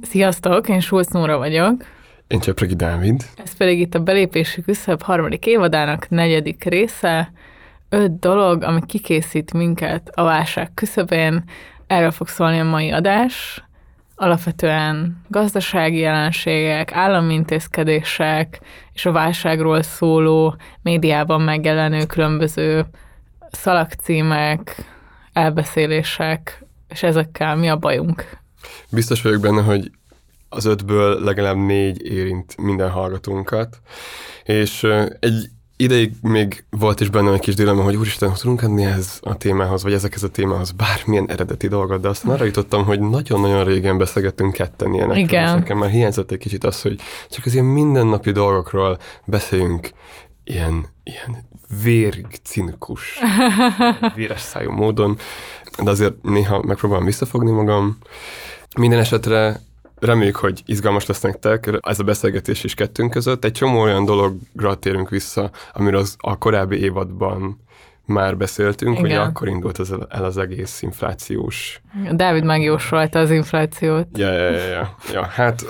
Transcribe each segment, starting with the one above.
Sziasztok, én Sulc Nóra vagyok. Én Csepregi Dávid. Ez pedig itt a Belépési Küszöb 3. évadának 4. része. 5 dolog, ami kikészít minket a válság küszöbén. Erről fog szólni a mai adás. Alapvetően gazdasági jelenségek, állami intézkedések és a válságról szóló, médiában megjelenő különböző szalagcímek, elbeszélések, és ezekkel mi a bajunk? Biztos vagyok benne, hogy az 5-ből legalább 4 érint minden hallgatónkat, és egy ideig még volt is bennem egy kis dilemma, hogy úristen, tudunk adni ehhez a témához, vagy ezekhez a témához bármilyen eredeti dolgot, de aztán arra jutottam, hogy nagyon-nagyon régen beszélgettünk ketten ilyenekről. Igen. Nekem már hiányzott egy kicsit az, hogy csak az ilyen mindennapi dolgokról beszéljünk ilyen vérig, cinikus, véres szájú módon, de azért néha megpróbálom visszafogni magam. Minden esetre reméljük, hogy izgalmas lesz nektek ez a beszélgetés is kettőnk között. Egy csomó olyan dologra térünk vissza, amiről a korábbi évadban már beszéltünk, hogy akkor indult el az egész inflációs... Dávid megjósolta az inflációt. Ja, hát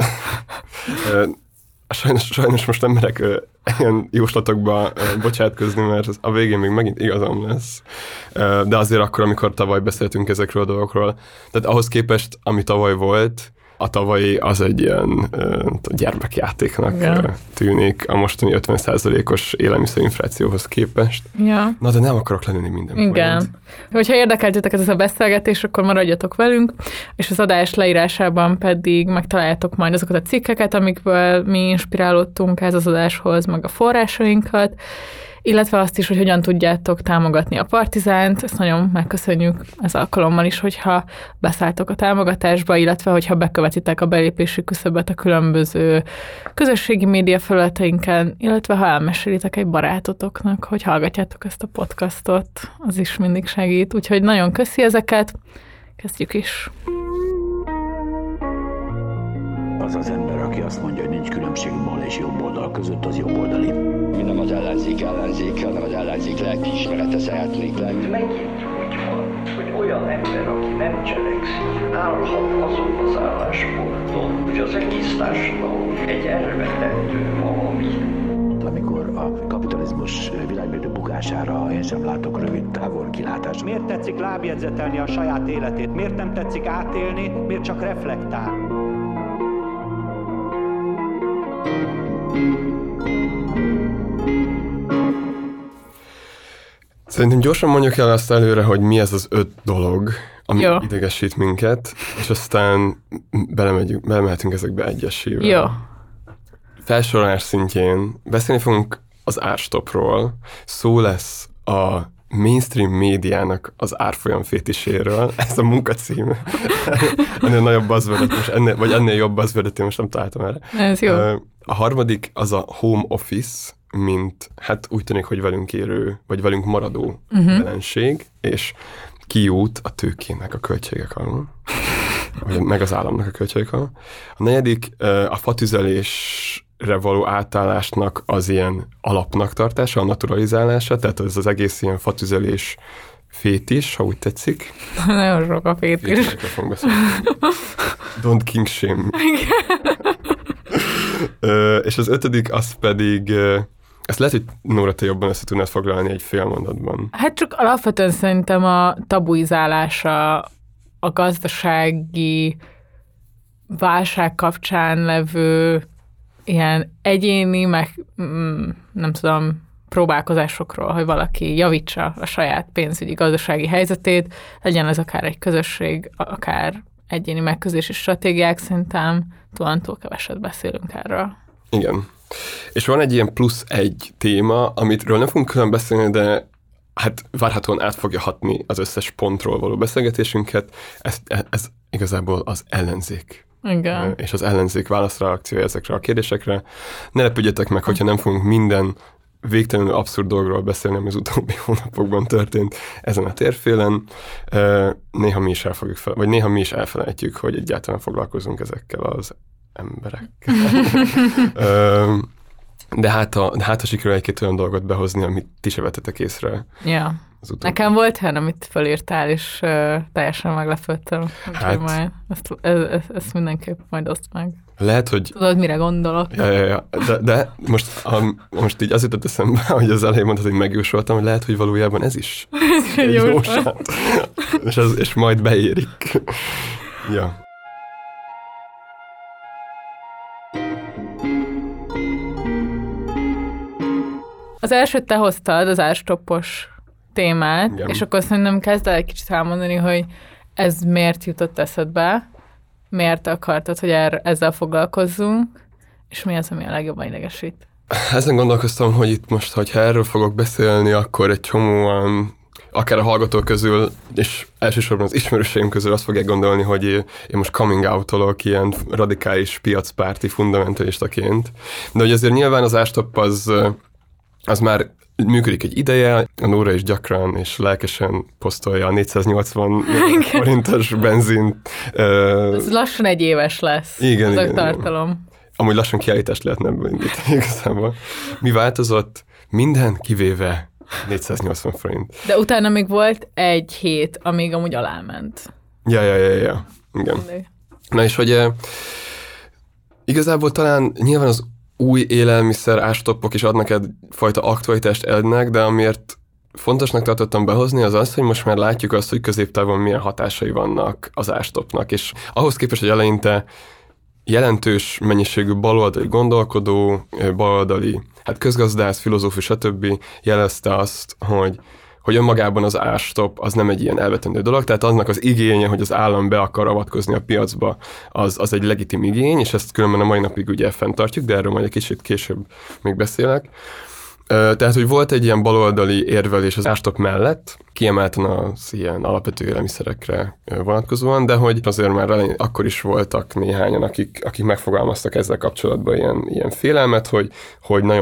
sajnos most nem merek ilyen jóslatokba bocsátkozni, mert a végén még megint igazam lesz. De azért akkor, amikor tavaly beszéltünk ezekről a dolgokról, tehát ahhoz képest, ami tavaly volt, a tavalyi az egy ilyen gyermekjátéknak tűnik a mostani 50%-os élelmiszerinflációhoz képest. Ja. Na, de nem akarok lenni minden. Igen. Point. Hogyha érdekel titeket ez a beszélgetés, akkor maradjatok velünk, és az adás leírásában pedig megtaláljátok majd azokat a cikkeket, amikből mi inspirálódtunk ez az adáshoz, meg a forrásainkat, illetve azt is, hogy hogyan tudjátok támogatni a Partizánt. Ezt nagyon megköszönjük ez alkalommal is, hogyha beszálltok a támogatásba, illetve hogyha bekövetitek a belépési küszöbet a különböző közösségi média felületeinken, illetve ha elmesélitek egy barátotoknak, hogy hallgatjátok ezt a podcastot, az is mindig segít. Úgyhogy nagyon köszi ezeket, kezdjük is. Az az ember, aki azt mondja, hogy nincs különbség bal és jobb oldal között, az jobb oldali. Mi nem az ellenzék, hanem az ellenzék lelkiismerete szeretnék lenni. Megint úgy van, hogy olyan ember, aki nem cselekszik, állhat azon az állásponton, hogy az egész társadalom egy elvetendő valami. Amikor a kapitalizmus világmérdő bukására én sem látok rövid távol kilátást. Miért tetszik lábjegyzetelni a saját életét? Miért nem tetszik átélni? Miért csak reflektál? Szerintem gyorsan mondjuk el azt előre, hogy mi ez az 5 dolog, ami idegesít minket, és aztán belemehetünk ezekbe egyesével. Jó. Felsorolás szintjén beszélni fogunk az árstopról, szó lesz a mainstream médiának az árfolyam fétiséről, ez a munkacím. Ennél nagyobb buzzwordet most, ennél jobb buzzwordet én most nem találtam erre. Ez jó. A harmadik az a home office, mint hát úgy tűnik, hogy velünk érő, vagy velünk maradó jelenség, és kijut a tőkének a költségek alól, vagy meg az államnak a költségek alól. A negyedik a fatüzelésre való átállásnak az ilyen alapnak tartása, a naturalizálása, tehát ez az egész ilyen fatüzelés fétis, ha úgy tetszik. Nagyon sok a fétis. Fétisekre fogunk beszélni. Don't king shame. És az 5. az pedig, ezt lehet, hogy Nóra, te jobban össze tudnád foglalni egy fél mondatban. Hát csak alapvetően szerintem a tabuizálása a gazdasági válság kapcsán levő ilyen egyéni, meg nem tudom, próbálkozásokról, hogy valaki javítsa a saját pénzügyi gazdasági helyzetét, legyen ez akár egy közösség, akár egyéni megközelítési stratégiák, szerintem túl keveset beszélünk erről. Igen. És van egy ilyen plusz 1 téma, amitről nem fogunk külön beszélni, de hát várhatóan át fogja hatni az összes pontról való beszélgetésünket. Ez igazából az ellenzék. Igen. És az ellenzék válaszreakciója ezekre a kérdésekre. Ne lepődjetek meg, hogyha nem fogunk minden végtelenül abszurd dolgokról beszélni, ami az utóbbi hónapokban történt ezen a térfélen. Néha mi is néha mi is elfelejtjük, hogy egyáltalán foglalkozunk ezekkel az emberekkel. De hát ha sikerül egy-két olyan dolgot behozni, amit ti se vettetek észre az utóbbi. Nekem volt olyan, amit felírtál, és teljesen meglepődtem. Hát. Majd ezt mindenképp majd oszt meg. Lehet, hogy... Tudod, mire gondolok? Ja. De most így az jutott eszembe, hogy az elején mondtad, hogy megjósoltam, hogy lehet, hogy valójában ez is egy jóslat. és majd beérik. Ja. Az elsőt te hoztad, az árstoppos témát, Igen. és akkor szerintem kezd el egy kicsit elmondani, hogy ez miért jutott eszedbe, miért akartad, hogy ezzel foglalkozzunk, és mi az, ami a legjobban idegesít. Ezen gondolkoztam, hogy itt most, hogyha erről fogok beszélni, akkor egy csomóan, akár a hallgatók közül, és elsősorban az ismerőseim közül azt fogják gondolni, hogy én most coming out-olok ilyen radikális piacpárti fundamentalistaként. De hogy azért nyilván az árstopp az már működik egy ideje, a Nóra is gyakran és lelkesen posztolja a 480 forintos benzint. Ez lassan egy éves lesz. Igen, az a igen. tartalom. Amúgy lassan kiállítást lehetne ebből indítani igazából. Mi változott? Minden kivéve 480 forint. De utána még volt egy hét, amíg amúgy aláment. Ja. Igen. Na és hogy igazából talán nyilván az új élelmiszer árstoppok is adnak egyfajta aktualitást ennek, de amiért fontosnak tartottam behozni, az az, hogy most már látjuk azt, hogy középtávon milyen hatásai vannak az árstoppnak, és ahhoz képest, hogy eleinte jelentős mennyiségű baloldali gondolkodó, baloldali, közgazdász, filozófus, stb. Jelezte azt, hogy önmagában az árstopp az nem egy ilyen elvetendő dolog, tehát annak az igénye, hogy az állam be akar avatkozni a piacba, az egy legitim igény, és ezt különben a mai napig ugye fenntartjuk, de erről majd egy kicsit később még beszélek. Tehát, hogy volt egy ilyen baloldali érvelés az árstopp mellett, kiemelten az ilyen alapvető élelmiszerekre vonatkozóan, de hogy azért már akkor is voltak néhányan, akik megfogalmaztak ezzel kapcsolatban ilyen félelmet, hogy nagyon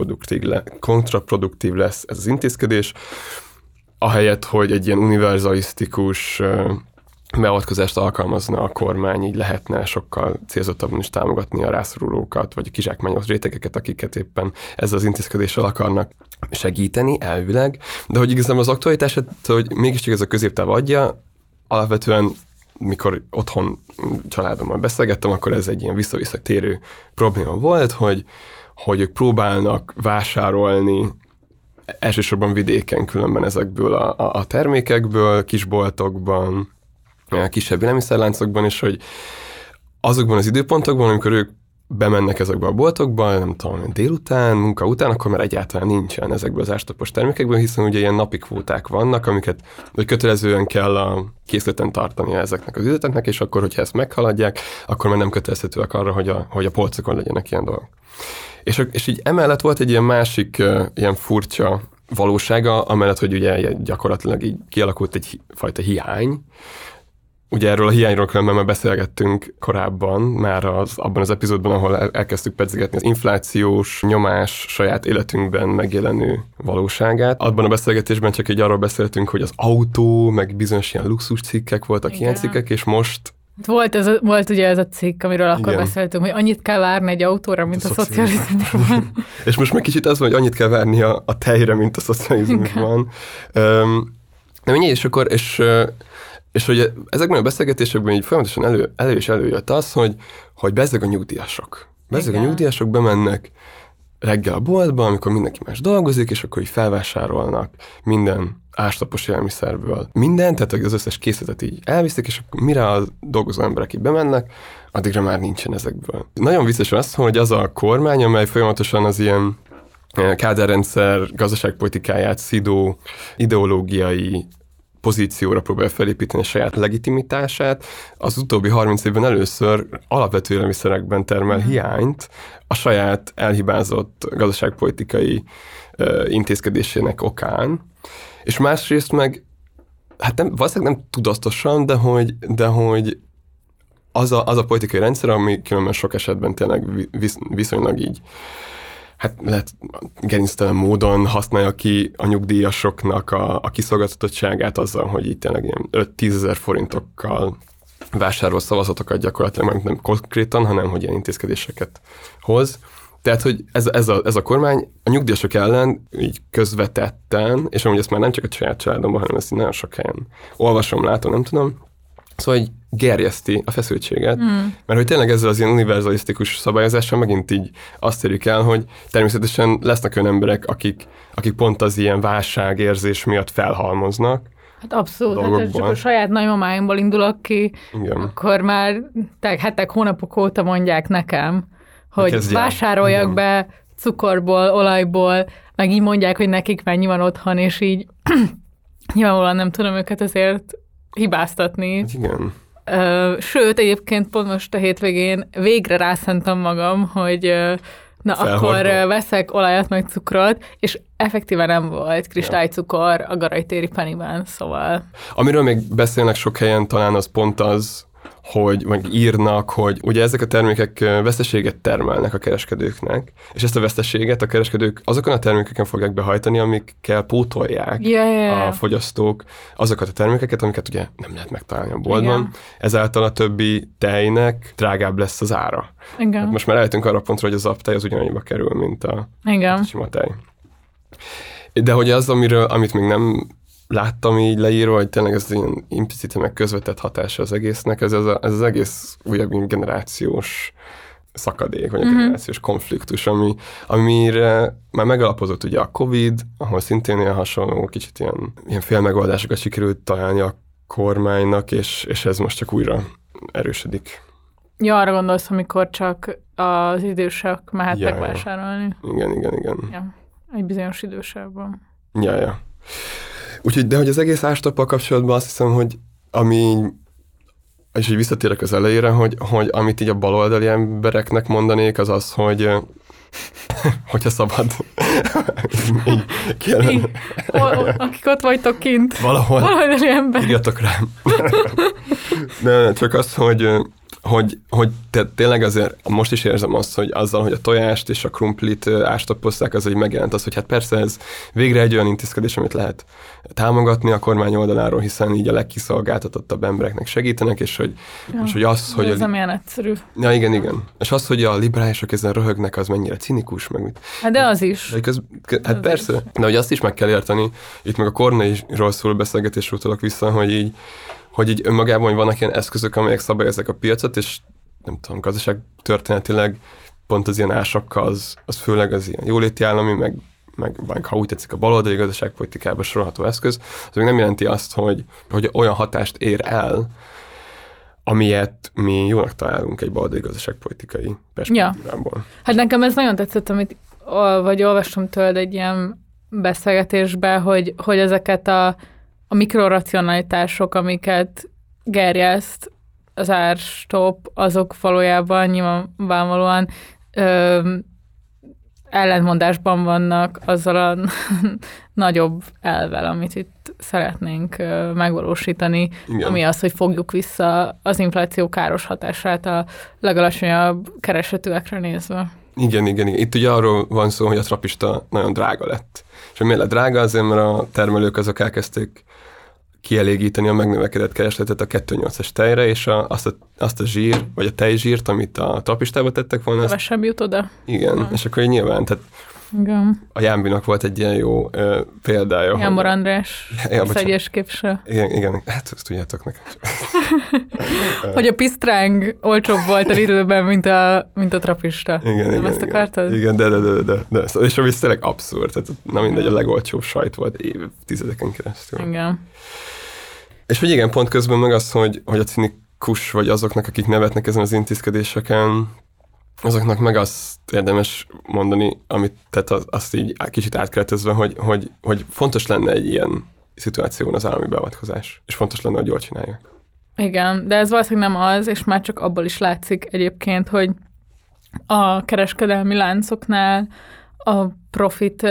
kontraproduktív lesz ez az intézkedés, ahelyett, hogy egy ilyen univerzalisztikus beavatkozást alkalmazna a kormány, így lehetne sokkal célzottabban is támogatni a rászorulókat, vagy a kizsákmányolt rétegeket, akiket éppen ezzel az intézkedéssel akarnak segíteni elvileg, de hogy igazából az aktualitását, hogy mégiscsak ez a középtáv adja, alapvetően mikor otthon családommal beszélgettem, akkor ez egy ilyen vissza-vissza térő probléma volt, hogy ők próbálnak vásárolni elsősorban vidéken különben ezekből a termékekből, kisboltokban, kisebb élelmiszerláncokban, és hogy azokban az időpontokban, amikor ők bemennek ezekbe a boltokba, nem tudom, délután, munka után, akkor már egyáltalán nincsen ezekből az árstoppos termékekből, hiszen ugye ilyen napi kvóták vannak, amiket vagy kötelezően kell a készleten tartania ezeknek az üzleteknek, és akkor, hogyha ezt meghaladják, akkor már nem kötelezhetőek arra, hogy a polcokon legyenek ilyen dolgok. És így emellett volt egy ilyen másik, ilyen furcsa valósága, amellett, hogy ugye gyakorlatilag így kialakult egyfajta hiány. Ugye erről a hiányról különben már beszélgettünk korábban, már abban az epizódban, ahol elkezdtük pedzegetni az inflációs nyomás saját életünkben megjelenő valóságát. Abban a beszélgetésben csak így arról beszéltünk, hogy az autó, meg bizonyos ilyen luxus cikkek voltak, ilyen cikkek, és most... Volt ugye ez a cikk, amiről akkor beszéltünk, hogy annyit kell várni egy autóra, mint a szocializmusban. És most meg kicsit az van, hogy annyit kell várni a tejre, mint a szocializmusban. De mindjárt, és hogy ezekben a beszélgetésekben így folyamatosan előjött az, hogy bezzeg a nyugdíjasok. Bezzeg a nyugdíjasok bemennek reggel a boltba, amikor mindenki más dolgozik, és akkor így felvásárolnak minden árstoppos élelmiszerből mindent, tehát az összes készletet így elviszik, és akkor mire a dolgozó emberek így bemennek, addigra már nincsen ezekből. Nagyon vicces az, hogy az a kormány, amely folyamatosan az ilyen Kádár-rendszer gazdaságpolitikáját szidó ideológiai pozícióra próbálja felépíteni a saját legitimitását, az utóbbi 30 évben először alapvető élelmiszerekben termel hiányt a saját elhibázott gazdaságpolitikai intézkedésének okán, és másrészt meg, valószínűleg nem tudatosan, de hogy az a politikai rendszer, ami különben sok esetben tényleg viszonylag így, lehet gerinctelen módon használja ki a nyugdíjasoknak a kiszolgáltatottságát azzal, hogy itt tényleg ilyen 5-10 ezer forintokkal vásárol szavazatokat gyakorlatilag, nem konkrétan, hanem hogy ilyen intézkedéseket hoz. Tehát, hogy ez a kormány a nyugdíjasok ellen így közvetetten, és amúgy ezt már nem csak a saját családomban, hanem ezt nagyon sok helyen olvasom, látom, nem tudom, szóval így gerjeszti a feszültséget, mert hogy tényleg ezzel az ilyen univerzalisztikus szabályozással megint így azt érjük el, hogy természetesen lesznek olyan emberek, akik pont az ilyen válságérzés miatt felhalmoznak. Hát abszolút, hát csak a saját nagymamáimból indulok ki, Igen. akkor már hetek, hónapok óta mondják nekem, hogy vásároljak be cukorból, olajból, meg így mondják, hogy nekik mennyi van otthon, és így nyilvánvalóan nem tudom őket ezért hibáztatni. Hát igen. Sőt, egyébként pont most a hétvégén végre rászántam magam, hogy akkor veszek olajat meg cukrot, és effektíven nem volt kristálycukor a Garai téri Pennyben, szóval. Amiről még beszélnek sok helyen, talán az pont az, hogy meg írnak, hogy ugye ezek a termékek veszteséget termelnek a kereskedőknek, és ezt a veszteséget a kereskedők azokon a termékeken fogják behajtani, amikkel pótolják a fogyasztók azokat a termékeket, amiket ugye nem lehet megtalálni a boltban. Igen. Ezáltal a többi tejnek drágább lesz az ára. Igen. Hát most már eljöttünk arra pontra, hogy az aptej az ugyanannyiba kerül, mint a sima tej. De hogy az, amit még nem láttam így leírva, hogy tényleg ez ilyen implicite meg közvetett hatása az egésznek, ez az egész újabb generációs szakadék, vagy a generációs konfliktus, amire már megalapozott ugye a Covid, ahol szintén ilyen hasonló, kicsit ilyen félmegoldásokat sikerült találni a kormánynak, és ez most csak újra erősödik. Ja, arra gondolsz, amikor csak az idősek mehettek vásárolni. Igen. Ja, egy bizonyos idősebben. Ja. Úgyhogy, de hogy az egész ástappal kapcsolatban azt hiszem, hogy és így visszatérek az elejére, hogy amit így a baloldali embereknek mondanék, az az, hogy hogyha szabad. Akik ott vagytok kint. Valahol. Baloldali ember. Írjatok rám. De csak az, hogy tényleg azért most is érzem azt, hogy azzal, hogy a tojást és a krumplit ástoppozták, az, hogy megjelent az, hogy hát persze ez végre egy olyan intézkedés, amit lehet támogatni a kormány oldaláról, hiszen így a legkiszolgáltatottabb embereknek segítenek, és hogy az, hogy... Ez nem ilyen egyszerű. Ja, igen. És az, hogy a liberálisok ezen röhögnek, az mennyire cinikus, meg mit. Hát de az is. Hát az persze, is. De hogy azt is meg kell érteni, itt meg a Kornéiról szóló beszélgetésről utalok vissza, hogy így önmagában hogy vannak ilyen eszközök, amelyek szabályozzák a piacot, és nem tudom, gazdaságtörténetileg pont az ilyen ásakkal, az főleg az ilyen jóléti állami, meg ha úgy tetszik a baloldali gazdaságpolitikába sorolható eszköz, az még nem jelenti azt, hogy olyan hatást ér el, amilyet mi jónak találunk egy baloldali gazdaságpolitikai perspektívából. Ja. Hát nekem ez nagyon tetszett, amit olvastam tőled egy ilyen beszélgetésben, hogy ezeket a mikroracionalitások, amiket gerjeszt az árstopp, azok valójában nyilvánvalóan ellentmondásban vannak azzal a nagyobb elvvel, amit itt szeretnénk megvalósítani, igen. Ami az, hogy fogjuk vissza az infláció káros hatását a legalacsonyabb keresetűekre nézve. Igen. Itt ugye arról van szó, hogy a trapista nagyon drága lett. És miért lett drága? Azért, mert a termelők azok elkezdték kielégíteni a megnövekedett keresletet a 2,8-es tejre, és azt a zsír, vagy a tejzsírt, amit a trapistába tettek volna. Kevesebb jut oda. Igen, és akkor nyilván, tehát igen. A Jámbinak volt egy ilyen jó példája. Jámbor András, szegyes képsel. Igen, hát ezt tudjátok nekem. Hogy a pisztráng olcsóbb volt a Lidlben, mint a trapista. Igen. Ezt akartad? Igen, de. És ami tényleg abszurd. Tehát, na mindegy, a legolcsóbb sajt volt évtizedeken keresztül. Igen. És hogy igen, pont közben meg az, hogy a cinikus, vagy azoknak, akik nevetnek ezen az intézkedéseken, azoknak meg azt érdemes mondani, tehát azt így kicsit átkeretezve, hogy fontos lenne egy ilyen szituáción az állami beavatkozás, és fontos lenne, hogy jól csinálják. Igen, de ez valószínűleg nem az, és már csak abból is látszik egyébként, hogy a kereskedelmi láncoknál a profit,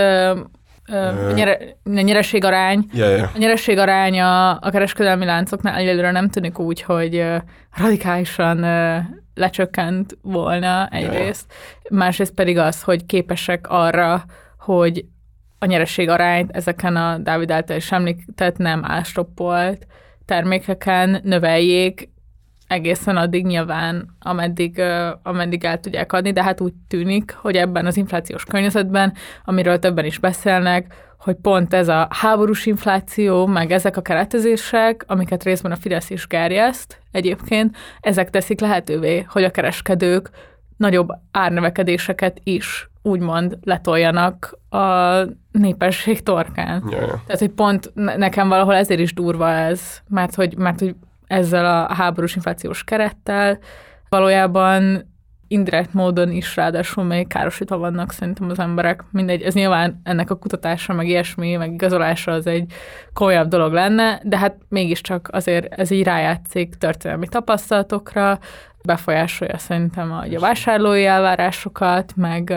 a nyerességarány, a nyerességarány a kereskedelmi láncoknál egyelőre nem tűnik úgy, hogy radikálisan lecsökkent volna egyrészt, másrészt pedig az, hogy képesek arra, hogy a nyerességarányt ezeken a Dávid által is említett nem ástoppolt termékeken növeljék egészen addig nyilván, ameddig el tudják adni, de hát úgy tűnik, hogy ebben az inflációs környezetben, amiről többen is beszélnek, hogy pont ez a háborús infláció, meg ezek a keretezések, amiket részben a Fidesz is gerjeszt egyébként, ezek teszik lehetővé, hogy a kereskedők nagyobb árnövekedéseket is úgymond letoljanak a népesség torkán. Ja. Tehát, hogy pont nekem valahol ezért is durva ez, mert hogy ezzel a háborús inflációs kerettel valójában indirekt módon is ráadásul még károsítva vannak szerintem az emberek. Mindegy, ez nyilván ennek a kutatása, meg ilyesmi, meg igazolása az egy komolyabb dolog lenne, de hát mégiscsak azért ez így rájátszik történelmi tapasztalatokra, befolyásolja szerintem a vásárlói elvárásokat,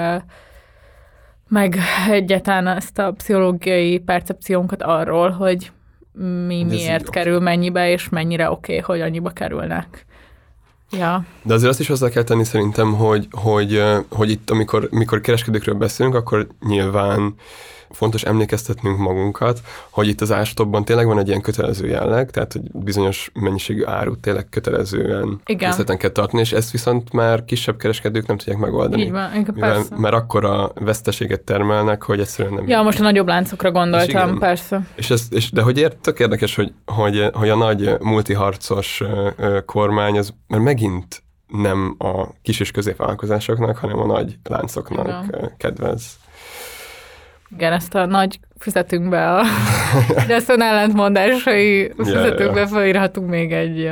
meg egyáltalán ezt a pszichológiai percepciónkat arról, hogy miért kerül mennyibe, és mennyire oké, hogy annyiba kerülnek. Ja. De azért azt is hozzá kell tenni szerintem, hogy itt, amikor kereskedőkről beszélünk, akkor nyilván fontos emlékeztetnünk magunkat, hogy itt az ástopban tényleg van egy ilyen kötelező jelleg, tehát hogy bizonyos mennyiségű árut tényleg kötelezően készleten kell tartani, és ezt viszont már kisebb kereskedők nem tudják megoldani. Így van, persze. Mert akkora veszteséget termelnek, hogy egyszerűen nem... Ja, most a nagyobb láncokra gondoltam, igen, persze. De hogy tök érdekes, hogy a nagy multiharcos kormány, az mert megint nem a kis és középvállalkozásoknak, hanem a nagy láncoknak kedvez. Igen, ezt a nagy fizetünkbe, de ezt a ellentmondásai fizetőkbe felírhatunk még egy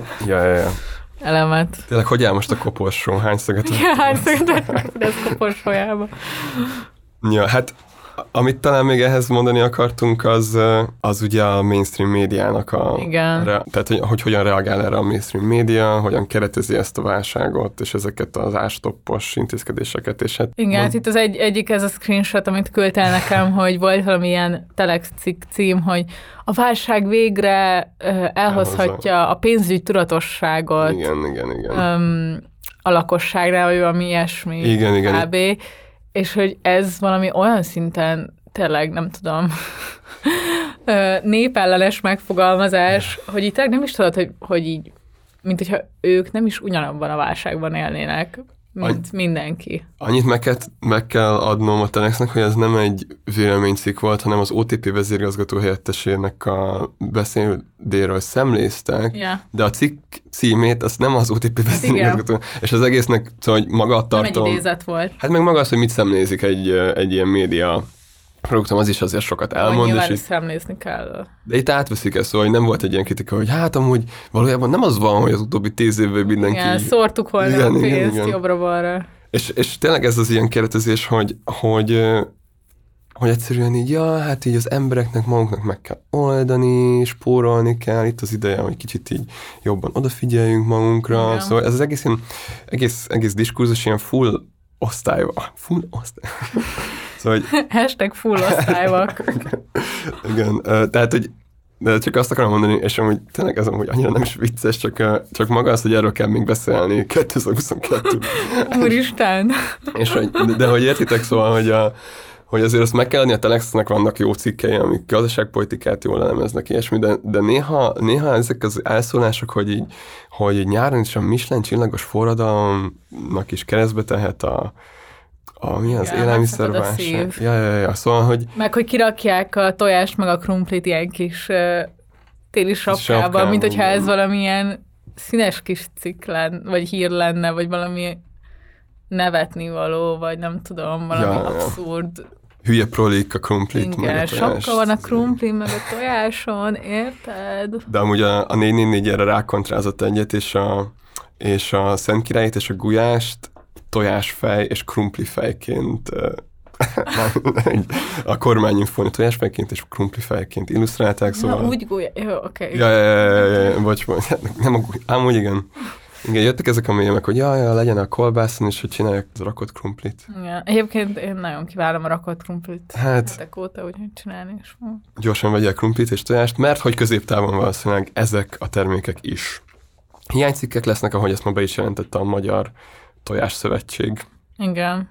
elemet. Tényleg, hogy áll most a koporsó? Hány szöget? Hány szöget a Fidesz koporsójába? Ja, hát amit talán még ehhez mondani akartunk, az ugye a mainstream médiának tehát, hogy hogyan reagál erre a mainstream média, hogyan keretezi ezt a válságot, és ezeket az ástoppos intézkedéseket. És hát igen, hát itt az egyik ez a screenshot, amit küldtél nekem, hogy volt valamilyen Telex cikk cím, hogy a válság végre elhozhatja a pénzügy tudatosságot. Igen. A lakosságra, vagy valami ilyesmi. Igen. kb. És hogy ez valami olyan szinten, tényleg nem tudom, népellenes megfogalmazás, hogy itt nem is tudod, hogy így, mint hogyha ők nem is ugyanabban a válságban élnének, mint mindenki. Annyit meg kell adnom a Telexnek, hogy ez nem egy véleménycikk volt, hanem az OTP vezérigazgató helyettesének a beszédéről szemléztek, de a cikk címét azt nem az OTP vezérigazgató, és az egésznek, szóval, hogy maga a tartalom... Nem egy idézet volt. Hát meg maga az, hogy mit szemlézik egy ilyen média produktum, az is azért sokat elmond. Nyilván is szemlézni kell. De itt átveszik ezt, szóval, hogy nem volt egy ilyen kritika, hogy hát amúgy valójában nem az van, hogy az utóbbi 10 évben mindenki... Igen, szórtuk volna a pénzt jobbra-balra. És tényleg ez az ilyen keretezés, hogy egyszerűen így, hát így az embereknek maguknak meg kell oldani, spórolni kell, itt az ideje, hogy kicsit így jobban odafigyeljünk magunkra. Igen. Szóval ez az egész diskurzus ilyen full osztály. Szóval, hogy... #full osztályvak. Igen, tehát, hogy de csak azt akarom mondani, és amúgy tényleg ez amúgy annyira nem is vicces, csak maga az, hogy erről kell még beszélni 2022-ben. Úristen! De hogy értitek, szóval, hogy azért azt meg kell adni, a Telexnek vannak jó cikkei, amik gazdaságpolitikát jól elemeznek, ilyesmi, de néha ezek az elszólások, hogy így nyáron is a Michelin csillagos forradalomnak is keresztbe tehet mi az élelmiszerválság. Ja, szóval, hogy... Meg, hogy kirakják a tojást, meg a krumplit ilyen kis téli sapkában, mint hogyha ez valamilyen színes kis cikk lenne, vagy hír lenne, vagy valami nevetnivaló, vagy nem tudom, valami abszurd. Hülye prolik a krumplit, igen, meg a tojást. Sapka van a krumpli, meg a tojáson, érted? De amúgy a 444 erre rákontrázott egyet, és a Szent Királyt és a gulyást tojásfej és krumplifejként a kormányinfón tojásfejként és krumplifejként illusztrálták, szóval... Na, úgy jó, oké. Ja, bocs, nem ám úgy igen. Igen, jöttek ezek a mémek, hogy legyen a kolbászon, és hogy csinálják az rakott krumplit. Ja, egyébként én nagyon kívánom a rakott krumplit. Hetek óta, úgyhogy csinálni is. Gyorsan vegyél krumplit és tojást, mert hogy középtávon valószínűleg ezek a termékek is. Hiánycikkek lesznek, ahogy ezt ma be is jelentette a Magyar Tojásszövetség. Igen.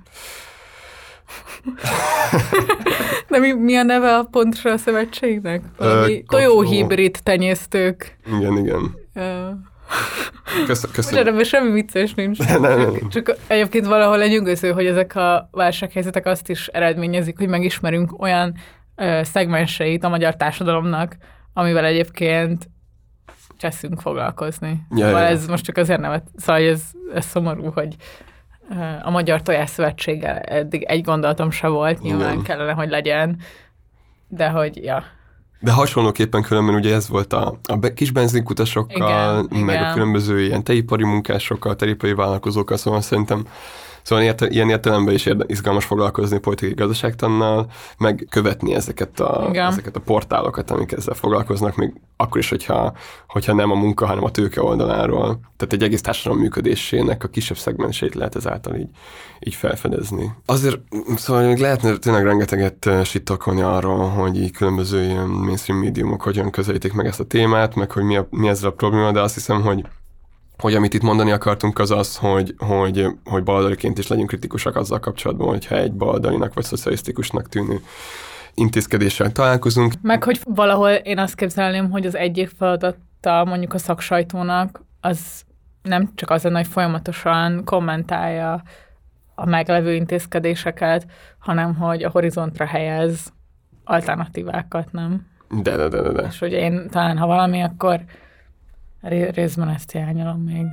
De mi a neve a pontra a szövetségnek? Tojóhibrid tenyésztők. Igen. Köszönöm. Ebben semmi vicces nincs. Nem. Csak egyébként valahol lenyűgöző, hogy ezek a válsághelyzetek azt is eredményezik, hogy megismerünk olyan szegmenseit a magyar társadalomnak, amivel egyébként cseszünk foglalkozni. Szóval ez most csak azért nevet. Szóval ez szomorú, hogy a Magyar Tojásszövetséggel eddig egy gondolatom se volt, nyilván kellene, hogy legyen, de hogy, ja. De hasonlóképpen különben ugye ez volt a kis benzinkutasokkal, meg a különböző ilyen tejipari munkásokkal, tejipari vállalkozókkal, szóval szerintem ilyen értelemben is izgalmas foglalkozni politikai gazdaságtannal, meg követni ezeket a portálokat, amik ezzel foglalkoznak, még akkor is, hogyha nem a munka, hanem a tőke oldaláról. Tehát egy egész társadalom működésének a kisebb szegmensét lehet ezáltal így felfedezni. Azért szóval még lehetne tényleg rengeteget sittokolni arról, hogy így különböző ilyen mainstream médiumok hogyan közelítik meg ezt a témát, meg hogy mi ezzel a probléma, de azt hiszem, hogy amit itt mondani akartunk, az az, hogy baloldaliként is legyünk kritikusak azzal kapcsolatban, hogyha egy baloldalinak vagy szocialisztikusnak tűnő intézkedéssel találkozunk. Meg hogy valahol én azt képzelném, hogy az egyik feladata mondjuk a szaksajtónak, az nem csak az, hogy folyamatosan kommentálja a meglevő intézkedéseket, hanem hogy a horizontra helyez alternatívákat, nem? De. És hogy én talán, ha valami, akkor részben ezt hiányolom még.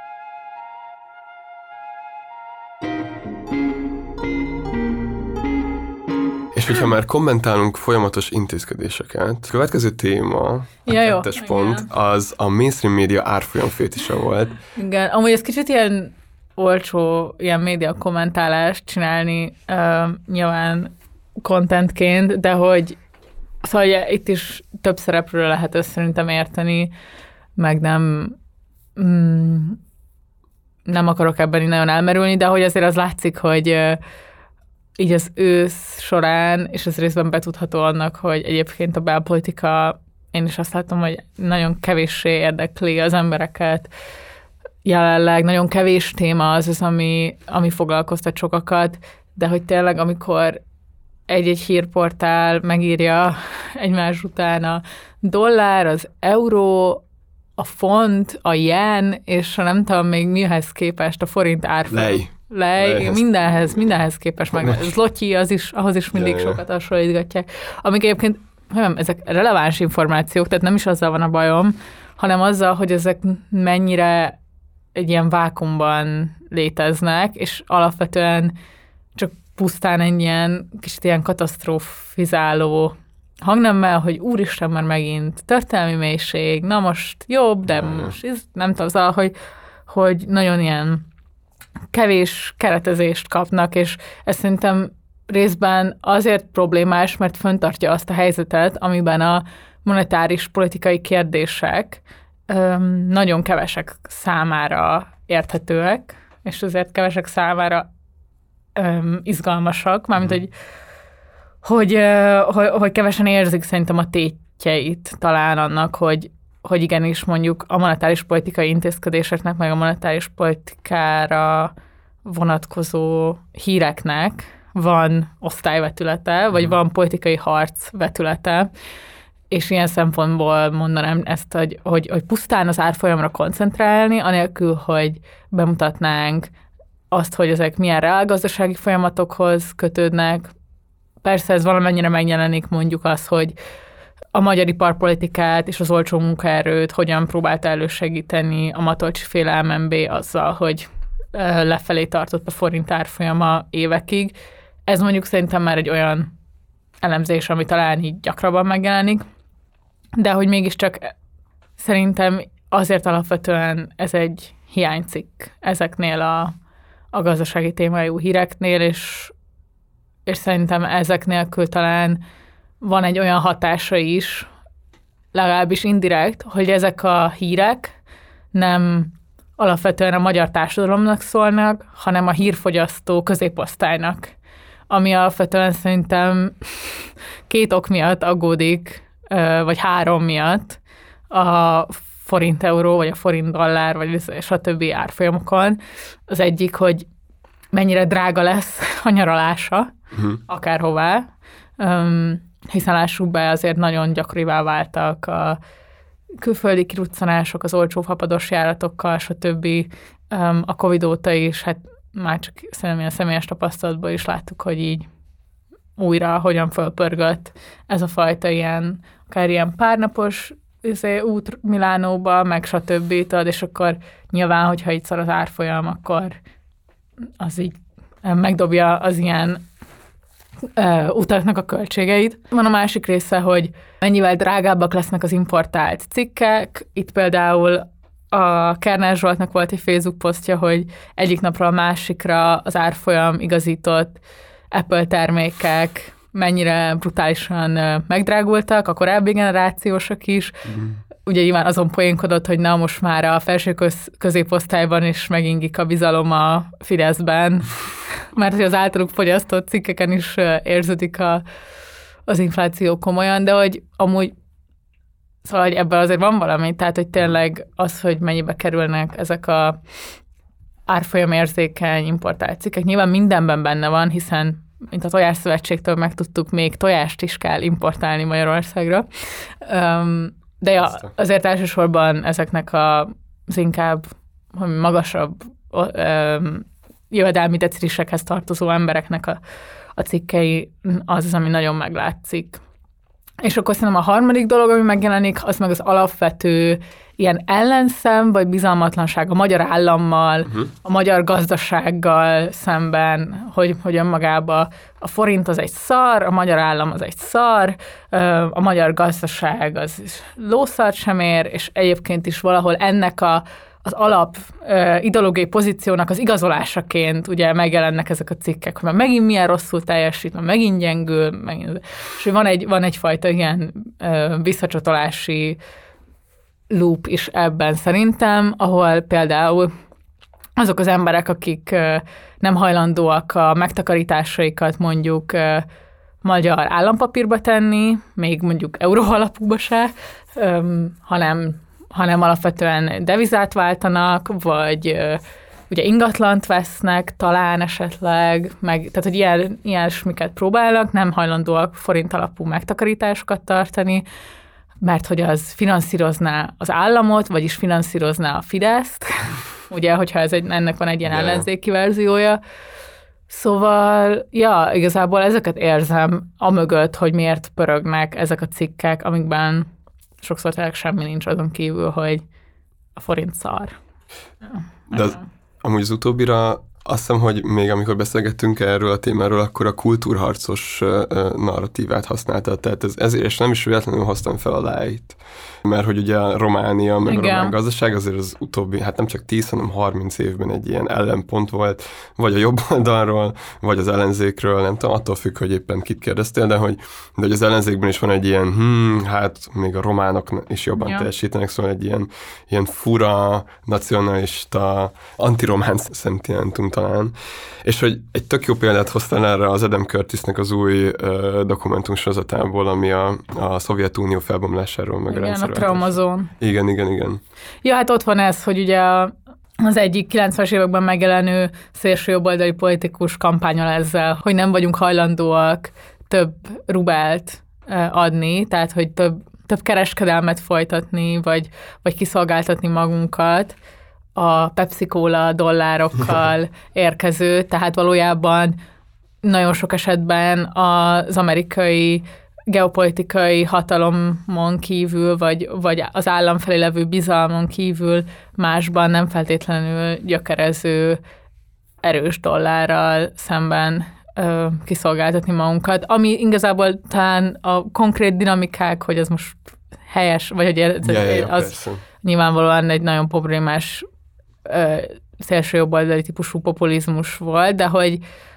És hogyha már kommentálunk folyamatos intézkedéseket, a következő téma, a kettes pont, az a mainstream média árfolyam fétise volt. Igen, amúgy ez kicsit ilyen olcsó, ilyen média kommentálást csinálni nyilván contentként, de hogy szóval ugye, itt is több szereplőről lehet ezt szerintem érteni, meg nem akarok ebben így nagyon elmerülni, de hogy azért az látszik, hogy így az ősz során, és ez részben betudható annak, hogy egyébként a belpolitika, én is azt látom, hogy nagyon kevéssé érdekli az embereket. Jelenleg nagyon kevés téma az, ami foglalkoztat sokakat, de hogy tényleg, amikor egy-egy hírportál megírja egymás után a dollár, az euró, a font, a jen, és nem tudom még mihez képest a forint árfolyam. Lej, mindenhez képest, meg a zlotyi, ahhoz is mindig sokat hasonlítgatják. Amik egyébként, ezek releváns információk, tehát nem is azzal van a bajom, hanem azzal, hogy ezek mennyire egy ilyen vákumban léteznek, és alapvetően csak pusztán egy ilyen kicsit ilyen katasztrofizáló hangnemmel, hogy úristen, már megint történelmi mélység, na most jobb, de most nem tudom, hogy nagyon ilyen kevés keretezést kapnak, és ez szerintem részben azért problémás, mert fenntartja azt a helyzetet, amiben a monetáris politikai kérdések nagyon kevesek számára érthetőek, és azért kevesek számára izgalmasak, mármint, hogy kevesen érzik szerintem a tétjeit talán annak, hogy igenis mondjuk a monetáris politikai intézkedéseknek, meg a monetáris politikára vonatkozó híreknek van osztályvetülete, vagy van politikai harc vetülete, és ilyen szempontból mondanám ezt, hogy pusztán az árfolyamra koncentrálni, anélkül, hogy bemutatnánk azt, hogy ezek milyen reálgazdasági folyamatokhoz kötődnek. Persze ez valamennyire megjelenik mondjuk az, hogy a magyar iparpolitikát és az olcsó munkaerőt hogyan próbálta elősegíteni a Matolcsi-féle MNB azzal, hogy lefelé tartott a forint árfolyama évekig. Ez mondjuk szerintem már egy olyan elemzés, ami talán így gyakrabban megjelenik, de hogy mégiscsak szerintem azért alapvetően ez egy hiánycikk ezeknél a gazdasági témájú híreknél, és szerintem ezek nélkül talán van egy olyan hatása is, legalábbis indirekt, hogy ezek a hírek nem alapvetően a magyar társadalomnak szólnak, hanem a hírfogyasztó középosztálynak, ami alapvetően szerintem 2 ok miatt aggódik, vagy 3 miatt a forint-euró, vagy a forint-dollár, vagy stb. Árfolyamokon. Az egyik, hogy mennyire drága lesz a nyaralása, akárhová, hiszen lássuk be, azért nagyon gyakorivá váltak a külföldi kiruccanások, az olcsó fapados járatokkal, stb. A Covid óta is, hát már csak szerintem a személyes tapasztalatból is láttuk, hogy így újra hogyan fölpörgött ez a fajta ilyen, akár ilyen párnapos út Milánóba, meg stb. És akkor nyilván, hogyha itt szar az árfolyam, akkor az így megdobja az ilyen utaknak a költségeit. Van a másik része, hogy mennyivel drágábbak lesznek az importált cikkek. Itt például a Kernel Zsoltnak volt egy Facebook posztja, hogy egyik napról a másikra az árfolyam igazított Apple termékek mennyire brutálisan megdrágultak, a korábbi generációsok is. Ugye nyilván azon poénkodott, hogy na most már a felső középosztályban is megingik a bizalom a Fideszben, mert hogy az általuk fogyasztott cikkeken is érződik az infláció komolyan, de hogy amúgy szóval, hogy ebből azért van valami, tehát hogy tényleg az, hogy mennyibe kerülnek ezek a árfolyamérzékeny importált cikkek, nyilván mindenben benne van, hiszen mint a Tojásszövetségtől megtudtuk, még tojást is kell importálni Magyarországra. De ja, azért elsősorban ezeknek az inkább magasabb jövedelmi decilisekhez tartozó embereknek a cikkei az, ami nagyon meglátszik. És akkor szerintem a harmadik dolog, ami megjelenik, az meg az alapvető ilyen ellenszem, vagy bizalmatlanság a magyar állammal, a magyar gazdasággal szemben, hogy önmagában a forint az egy szar, a magyar állam az egy szar, a magyar gazdaság az lószart sem ér, és egyébként is valahol ennek az alap ideológiai pozíciónak az igazolásaként ugye megjelennek ezek a cikkek, hogy már megint milyen rosszul teljesít, már megint gyengül, és van egyfajta ilyen visszacsatolási loop is ebben szerintem, ahol például azok az emberek, akik nem hajlandóak a megtakarításaikat mondjuk magyar állampapírba tenni, még mondjuk euró alapúba se, hanem alapvetően devizát váltanak, vagy ugye ingatlant vesznek, talán esetleg, tehát hogy ilyesmiket próbálnak, nem hajlandóak forint alapú megtakarításokat tartani, mert hogy az finanszírozná az államot, vagyis finanszírozná a Fideszt, ugye, hogyha ennek van egy ilyen ellenzéki verziója. Szóval, ja, igazából ezeket érzem amögött, hogy miért pörögnek ezek a cikkek, amikben sokszor tényleg semmi nincs azon kívül, hogy a forint szar. De amúgy az utóbbira azt hiszem, hogy még amikor beszélgettünk erről a témáról, akkor a kultúrharcos narratívát használta, tehát ezért és nem is véletlenül hoztam fel a lájt, mert hogy ugye a Románia, meg igen, a román gazdaság azért az utóbbi, hát nem csak 10, hanem 30 évben egy ilyen ellenpont volt, vagy a jobb oldalról, vagy az ellenzékről, nem tudom, attól függ, hogy éppen kit kérdeztél, de hogy az ellenzékben is van egy ilyen, hát még a románok is jobban teljesítenek, szóval egy ilyen fura, nacionalista, antiromán szentimentum talán. És hogy egy tök jó példát hoztál erre az Adam Curtisnek az új dokumentumsorozatából, ami a Szovjetunió felbomlásáról, meg igen, a traumazón. Igen. Ja, hát ott van ez, hogy ugye az egyik 90-es években megjelenő szélsőjobboldali politikus kampányol ezzel, hogy nem vagyunk hajlandóak több rubelt adni, tehát hogy több kereskedelmet folytatni, vagy kiszolgáltatni magunkat a Pepsi-Cola dollárokkal érkező, tehát valójában nagyon sok esetben az amerikai geopolitikai hatalomon kívül, vagy az állam felé levő bizalmon kívül másban nem feltétlenül gyökerező erős dollárral szemben kiszolgáltatni magunkat, ami igazából talán a konkrét dinamikák, hogy ez most helyes, vagy hogy az nyilvánvalóan egy nagyon problémás szélsőjobboldali típusú populizmus volt, de hogy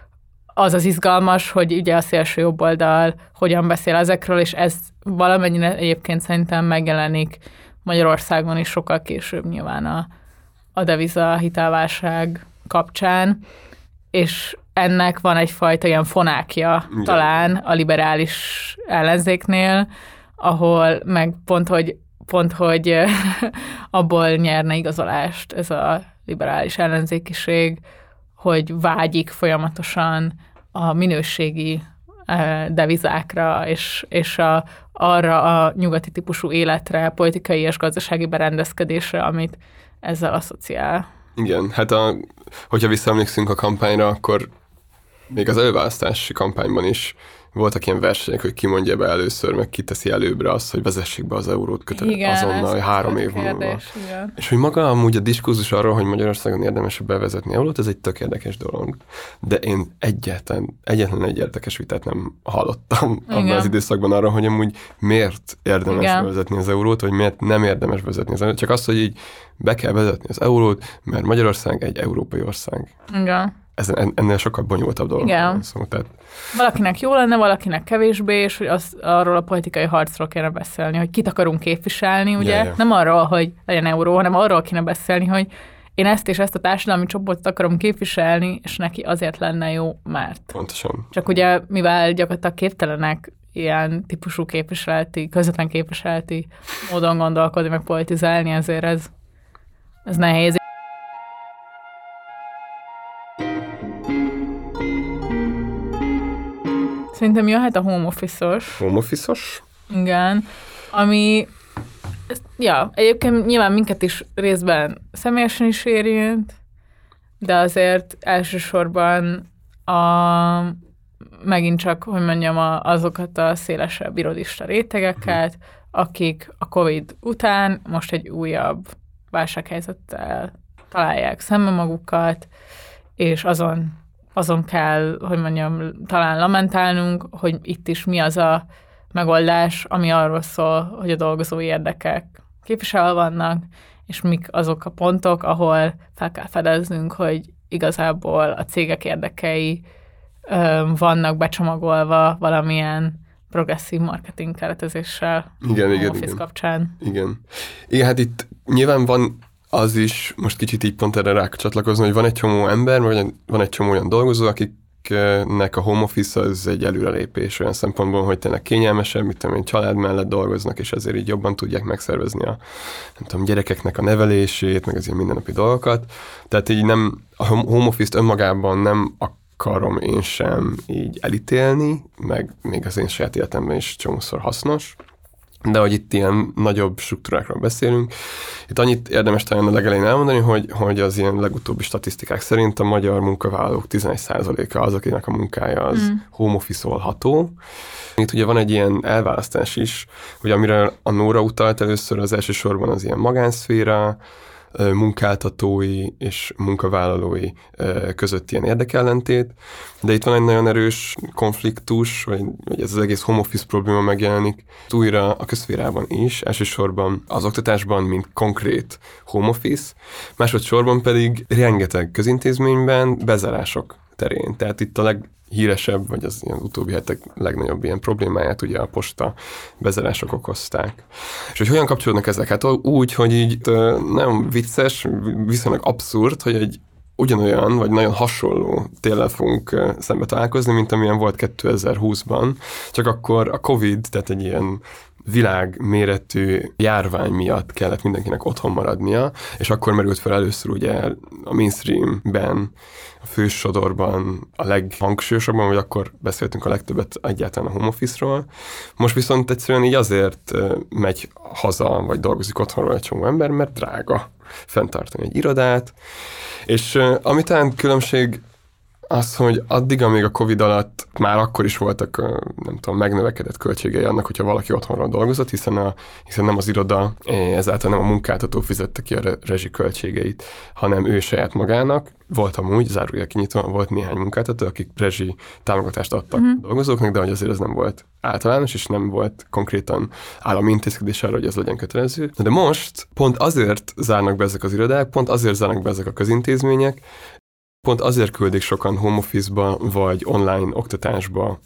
az izgalmas, hogy ugye a szélsőjobboldal hogyan beszél ezekről, és ez valamennyire egyébként szerintem megjelenik Magyarországon is sokkal később nyilván a deviza hitelválság kapcsán, és ennek van egyfajta ilyen fonákja talán a liberális ellenzéknél, ahol meg pont, hogy abból nyerne igazolást ez a liberális ellenzékiség, hogy vágyik folyamatosan a minőségi devizákra, és arra a nyugati típusú életre, politikai és gazdasági berendezkedésre, amit ezzel asszociál. Igen, hát hogyha visszaemlékszünk a kampányra, akkor még az előválasztási kampányban is voltak ilyen versenyek, hogy ki mondja be először, meg ki teszi előbbre azt, hogy vezessék be az eurót azonnal 3 év múlva. És hogy maga amúgy a diskurzus arról, hogy Magyarországon érdemes bevezetni eurót, ez egy tök érdekes dolog. De én egyetlen egy érdekes vitát nem hallottam abban az időszakban arra, hogy amúgy miért érdemes bevezetni az eurót, vagy miért nem érdemes bevezetni az eurót. Csak az, hogy így be kell vezetni az eurót, mert Magyarország egy európai ország. Igen. Ez ennél sokkal bonyolultabb dolog. Igen. Szóval, tehát... Valakinek jó lenne, valakinek kevésbé, és hogy arról a politikai harcról kéne beszélni, hogy kit akarunk képviselni, ugye? Yeah. Nem arról, hogy legyen euró, hanem arról kéne beszélni, hogy én ezt és ezt a társadalmi csoportot akarom képviselni, és neki azért lenne jó, mert. Pontosan. Csak ugye, mivel gyakorlatilag képtelenek ilyen típusú képviseleti, közvetlen képviseleti módon gondolkodni, meg politizálni, ezért ez nehéz. Szerintem jöhet a home office-os. Home office-os? Igen. Ami, egyébként nyilván minket is részben személyesen is érint, de azért elsősorban megint csak, hogy mondjam, azokat a szélesebb irodista rétegeket, akik a Covid után most egy újabb válsághelyzettel találják szembe magukat, és azon kell, hogy mondjam, talán lamentálnunk, hogy itt is mi az a megoldás, ami arról szól, hogy a dolgozói érdekek képviselve vannak, és mik azok a pontok, ahol fel kell fedeznünk, hogy igazából a cégek érdekei vannak becsomagolva valamilyen progresszív marketing keretezéssel igen, Office kapcsán. Igen, hát itt nyilván van az is, most kicsit így pont erre rácsatlakozni, hogy van egy csomó ember, vagy van egy csomó olyan dolgozó, akiknek a home office az egy előrelépés olyan szempontból, hogy tényleg kényelmesebb, mint tudom én, család mellett dolgoznak, és ezért így jobban tudják megszervezni a gyerekeknek a nevelését, meg az ilyen mindennapi dolgokat. Tehát így nem, a home office-t önmagában nem akarom én sem így elítélni, meg még az én saját életemben is csomószor hasznos. De hogy itt ilyen nagyobb struktúrákról beszélünk. Itt annyit érdemes talán a legelején elmondani, hogy az ilyen legutóbbi statisztikák szerint a magyar munkavállalók 11%-a az, akinek a munkája az home office-olható. Itt ugye van egy ilyen elválasztás is, hogy amire a Nóra utalt először, az elsősorban az ilyen magánszféra, munkáltatói és munkavállalói között ilyen érdekellentét, de itt van egy nagyon erős konfliktus, vagy ez az egész home office probléma megjelenik újra a közszférában is, elsősorban az oktatásban, mint konkrét home office, másodszorban pedig rengeteg közintézményben bezárások terén. Tehát itt a leghíresebb, vagy az ilyen utóbbi hetek legnagyobb ilyen problémáját ugye a posta bezárások okozták. És hogy hogyan kapcsolódnak ezek? Hát úgy, hogy így nem vicces, viszonylag abszurd, hogy egy ugyanolyan, vagy nagyon hasonló téllel fogunk szembe találkozni, mint amilyen volt 2020-ban, csak akkor a Covid, tehát egy ilyen világméretű járvány miatt kellett mindenkinek otthon maradnia, és akkor merült fel először ugye a mainstreamben, a fősodorban a leghangsúlyosabban, vagy akkor beszéltünk a legtöbbet egyáltalán a home office-ról. Most viszont egyszerűen így azért megy haza, vagy dolgozik otthonról egy csomó ember, mert drága fenntartani egy irodát, és ami talán különbség az, hogy addig, amíg a Covid alatt már akkor is voltak, nem tudom, megnövekedett költségei annak, hogyha valaki otthonról dolgozott, hiszen nem az iroda, ezáltal nem a munkáltató fizette ki a rezsiköltségeit, hanem ő saját magának. Volt amúgy, zárójel kinyitva, volt néhány munkáltató, akik rezsi támogatást adtak dolgozóknak, de hogy azért ez nem volt általános, és nem volt konkrétan állami intézkedés arra, hogy ez legyen kötelező. De most pont azért zárnak be ezek az irodák, pont azért zárnak be ezek a közintézmények, pont azért küldik sokan home office-ba, vagy online oktatásba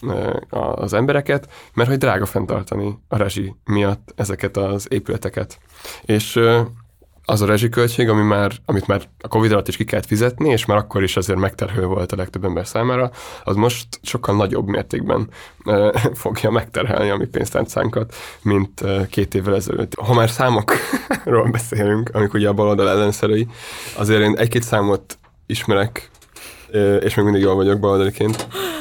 az embereket, mert hogy drága fenntartani a rezsi miatt ezeket az épületeket. És az a rezsiköltség, amit már a Covid alatt is ki kellett fizetni, és már akkor is azért megterhelő volt a legtöbb ember számára, az most sokkal nagyobb mértékben fogja megterhelni a mi pénztárcánkat, mint 2 évvel ezelőtt. Ha már számokról beszélünk, amik ugye a baloldal ellenszerei, azért én 1-2 számot ismerek, és még mindig jól vagyok baloldaliként.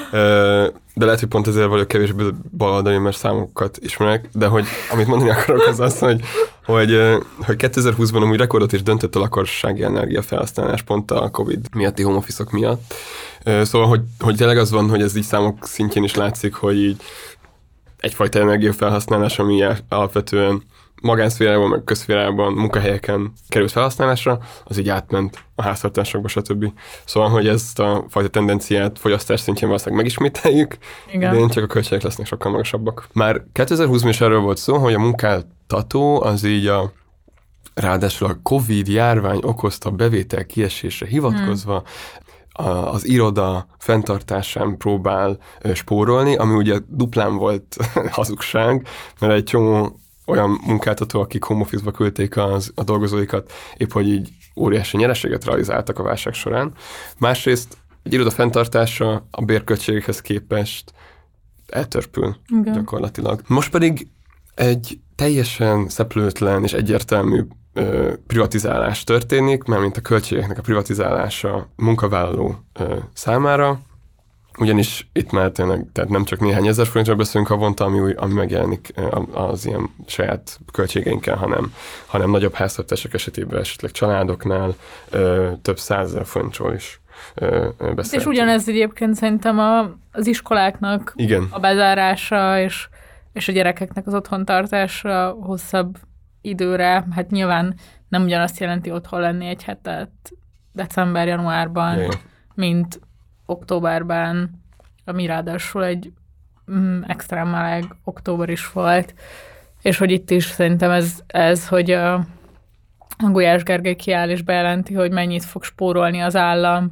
De lehet, hogy pont ezért vagyok kevésbé baloldali, mert számokat ismerek, de hogy amit mondani akarok az az, hogy 2020-ban amúgy rekordot is döntött a lakossági energiafelhasználás pont a Covid miatti home office-ok miatt. Szóval, hogy tényleg az van, hogy ez így számok szintjén is látszik, hogy így egyfajta energiafelhasználás, ami alapvetően magánszférában, meg közszférában, munkahelyeken került felhasználásra, az így átment a háztartásokba, stb. Szóval, hogy ezt a fajta tendenciát fogyasztás szintjén valószínűleg megismételjük, de én csak a költségek lesznek sokkal magasabbak. Már 2020-ban is erről volt szó, hogy a munkáltató az így ráadásul a Covid járvány okozta bevétel kiesésre hivatkozva az iroda fenntartásán próbál spórolni, ami ugye duplán volt hazugság, mert egy csomó olyan munkáltató, akik home office-ba küldték a dolgozóikat, épp hogy így óriási nyereséget realizáltak a válság során. Másrészt egy iroda fenntartása a bérköltségekhez képest eltörpül gyakorlatilag. Most pedig egy teljesen szeplőtlen és egyértelmű privatizálás történik, mármint a költségeknek a privatizálása munkavállaló számára, ugyanis itt már tényleg, tehát nem csak néhány ezer forintról beszélünk havonta, ami megjelenik az ilyen saját költségeinkkel, hanem nagyobb háztartások esetében, esetleg családoknál több 100 000 forintról is beszélünk. És ugyanez egyébként szerintem az iskoláknak a bezárása és a gyerekeknek az otthontartása hosszabb időre, hát nyilván nem ugyanazt jelenti otthon lenni egy hetet december-januárban, mint októberben, ami ráadásul egy extrém meleg október is volt, és hogy itt is szerintem ez hogy a Gulyás Gergely kiáll és bejelenti, hogy mennyit fog spórolni az állam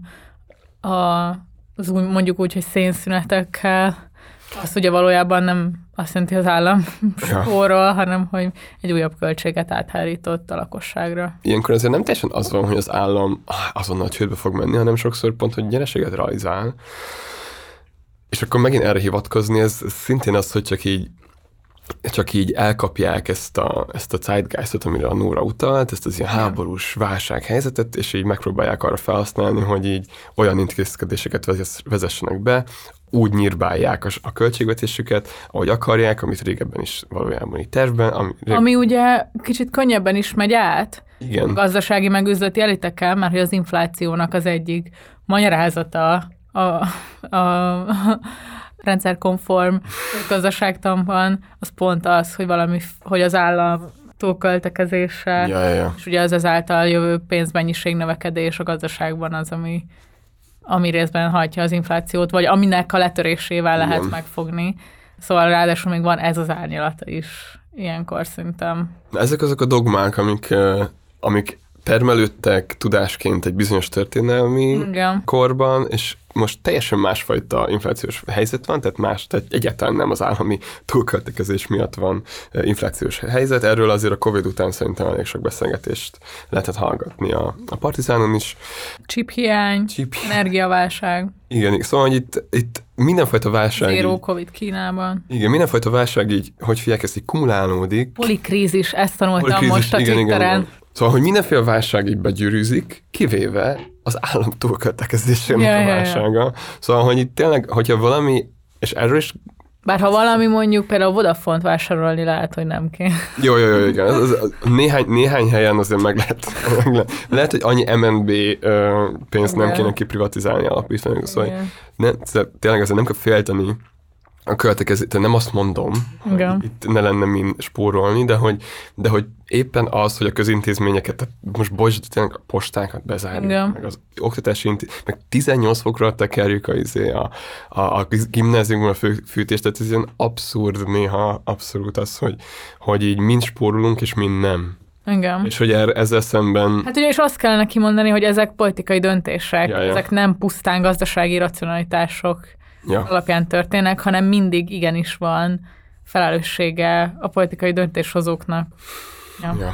az mondjuk úgy, hogy szénszünetekkel, azt ugye valójában nem azt jelenti az állam spórol, hanem hogy egy újabb költséget áthárított a lakosságra. Ilyenkor azért nem teljesen az van, hogy az állam azonnal csődbe fog menni, hanem sokszor pont, hogy nyereséget realizál. És akkor megint erre hivatkozni, ez szintén az, hogy csak így elkapják ezt a zeitgeistot, amire a Nóra utalt, ezt az ilyen háborús válsághelyzetet, és így megpróbálják arra felhasználni, hogy így olyan intézkedéseket vezessenek be, úgy nyírbálják a költségvetésüket, ahogy akarják, amit régebben is valójában így tervben. Ami ugye kicsit könnyebben is megy át igen. A gazdasági meg üzleti elitekkel, mert hogy az inflációnak az egyik magyarázata a rendszerkonform gazdaságtanban, az pont az, hogy az állam túlköltekezése, és ugye az ezáltal jövő pénzmennyiség növekedés a gazdaságban az, ami részben hajtja az inflációt, vagy aminek a letörésével lehet megfogni. Szóval ráadásul még van ez az árnyalata is ilyenkor szerintem. Ezek azok a dogmák, amik termelődtek tudásként egy bizonyos történelmi korban, és most teljesen másfajta inflációs helyzet van, tehát egyáltalán nem az állami túlköltekezés miatt van inflációs helyzet. Erről azért a Covid után szerintem elég sok beszélgetést lehetett hallgatni a Partizánon is. Chiphiány, energiaválság. Igen, szóval itt mindenfajta válság... Zero Covid Kínában. Igen, mindenfajta válság így, hogy figyelj, ez így kumulálódik. Polikrízis, ezt tanultam most a Twitteren. Igen. Szóval, hogy mindenféle válság így begyűrűzik, kivéve az állam túlköltekezésének a válsága. Szóval, hogy itt tényleg, hogyha valami, és erről is... Bár ha valami mondjuk például Vodafont vásárolni lehet, hogy nem kell. Jó, igen. Néhány helyen azért meg lehet, hogy annyi MNB pénzt nem kéne kiprivatizálni alapítani. Szóval tényleg azért nem kell félteni a költekezést, nem azt mondom, hogy itt ne lenne min spórolni, de hogy éppen az, hogy a közintézményeket, most bocs, tényleg a postákat bezárjuk, meg az oktatási meg 18 fokra tekerjük a gimnáziumban a fűtést, tehát ez ilyen abszurd néha, abszolút az, hogy így mind spórolunk, és mind nem. Igen. És hogy ezzel szemben... Hát ugye és azt kellene kimondani, hogy ezek politikai döntések, ezek nem pusztán gazdasági racionalitások alapján történnek, hanem mindig igenis van felelőssége a politikai döntéshozóknak. Ja.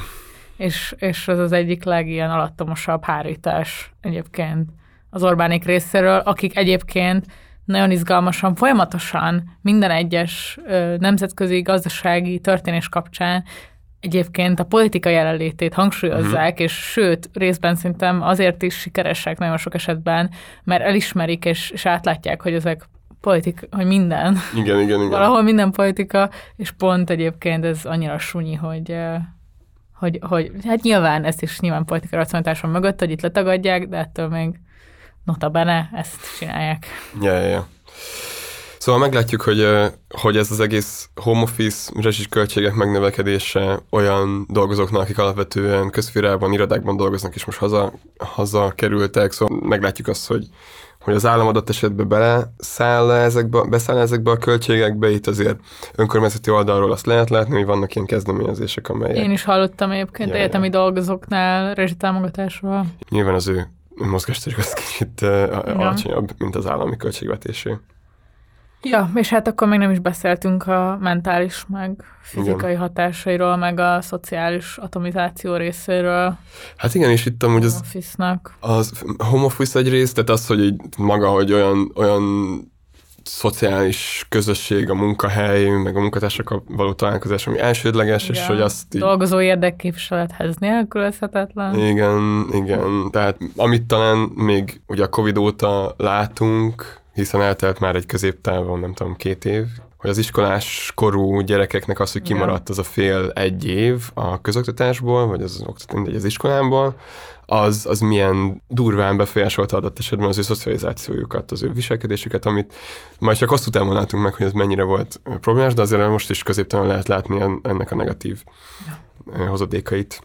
És az egyik legilyen alattomosabb hárítás egyébként az Orbánék részéről, akik egyébként nagyon izgalmasan, folyamatosan minden egyes nemzetközi gazdasági történés kapcsán egyébként a politikai jelenlétét hangsúlyozzák, és sőt, részben szerintem azért is sikeresek nagyon sok esetben, mert elismerik és átlátják, hogy ezek hogy minden. Igen. Valahol minden politika, és pont egyébként ez annyira sunyi, hogy hát nyilván ez is nyilván politikai racionalitás van mögött, hogy itt letagadják, de ettől még nota bene ezt csinálják. Ja. Szóval meglátjuk, hogy ez az egész home office, rezsis költségek megnövekedése olyan dolgozóknak, akik alapvetően közférában, irodákban dolgoznak, és most haza kerültek, szóval meglátjuk azt, hogy az állam adott esetben beszáll ezekbe a költségekbe, itt azért önkormányzati oldalról azt lehet látni, hogy vannak ilyen kezdeményezések, amelyek... Én is hallottam egyébként egyetemi dolgozóknál rezsitámogatásról. Nyilván az ő mozgásterük az kicsit alacsonyabb, mint az állami költségvetésé. Ja, és hát akkor még nem is beszéltünk a mentális, meg fizikai hatásairól, meg a szociális atomizáció részéről. Hát igen, és itt amúgy az home office egyrészt, tehát az, hogy így maga, hogy olyan szociális közösség, a munkahely, meg a munkatársakkal való találkozás, ami elsődleges, igen. És hogy azt így... Dolgozó érdekképviselethez nélkülözhetetlen. Igen. Tehát amit talán még ugye a Covid óta látunk, hiszen eltelt már egy középtávon, nem tudom, 2 év, hogy az iskolás korú gyerekeknek az, hogy kimaradt az a fél-1 év a közoktatásból, vagy az iskolából, az milyen durván befolyásolta adott esetben az ő szocializációjukat, az ő viselkedésüket, amit majd csak azt után látunk meg, hogy ez mennyire volt problémás, de azért most is középtávon lehet látni ennek a negatív hozadékait.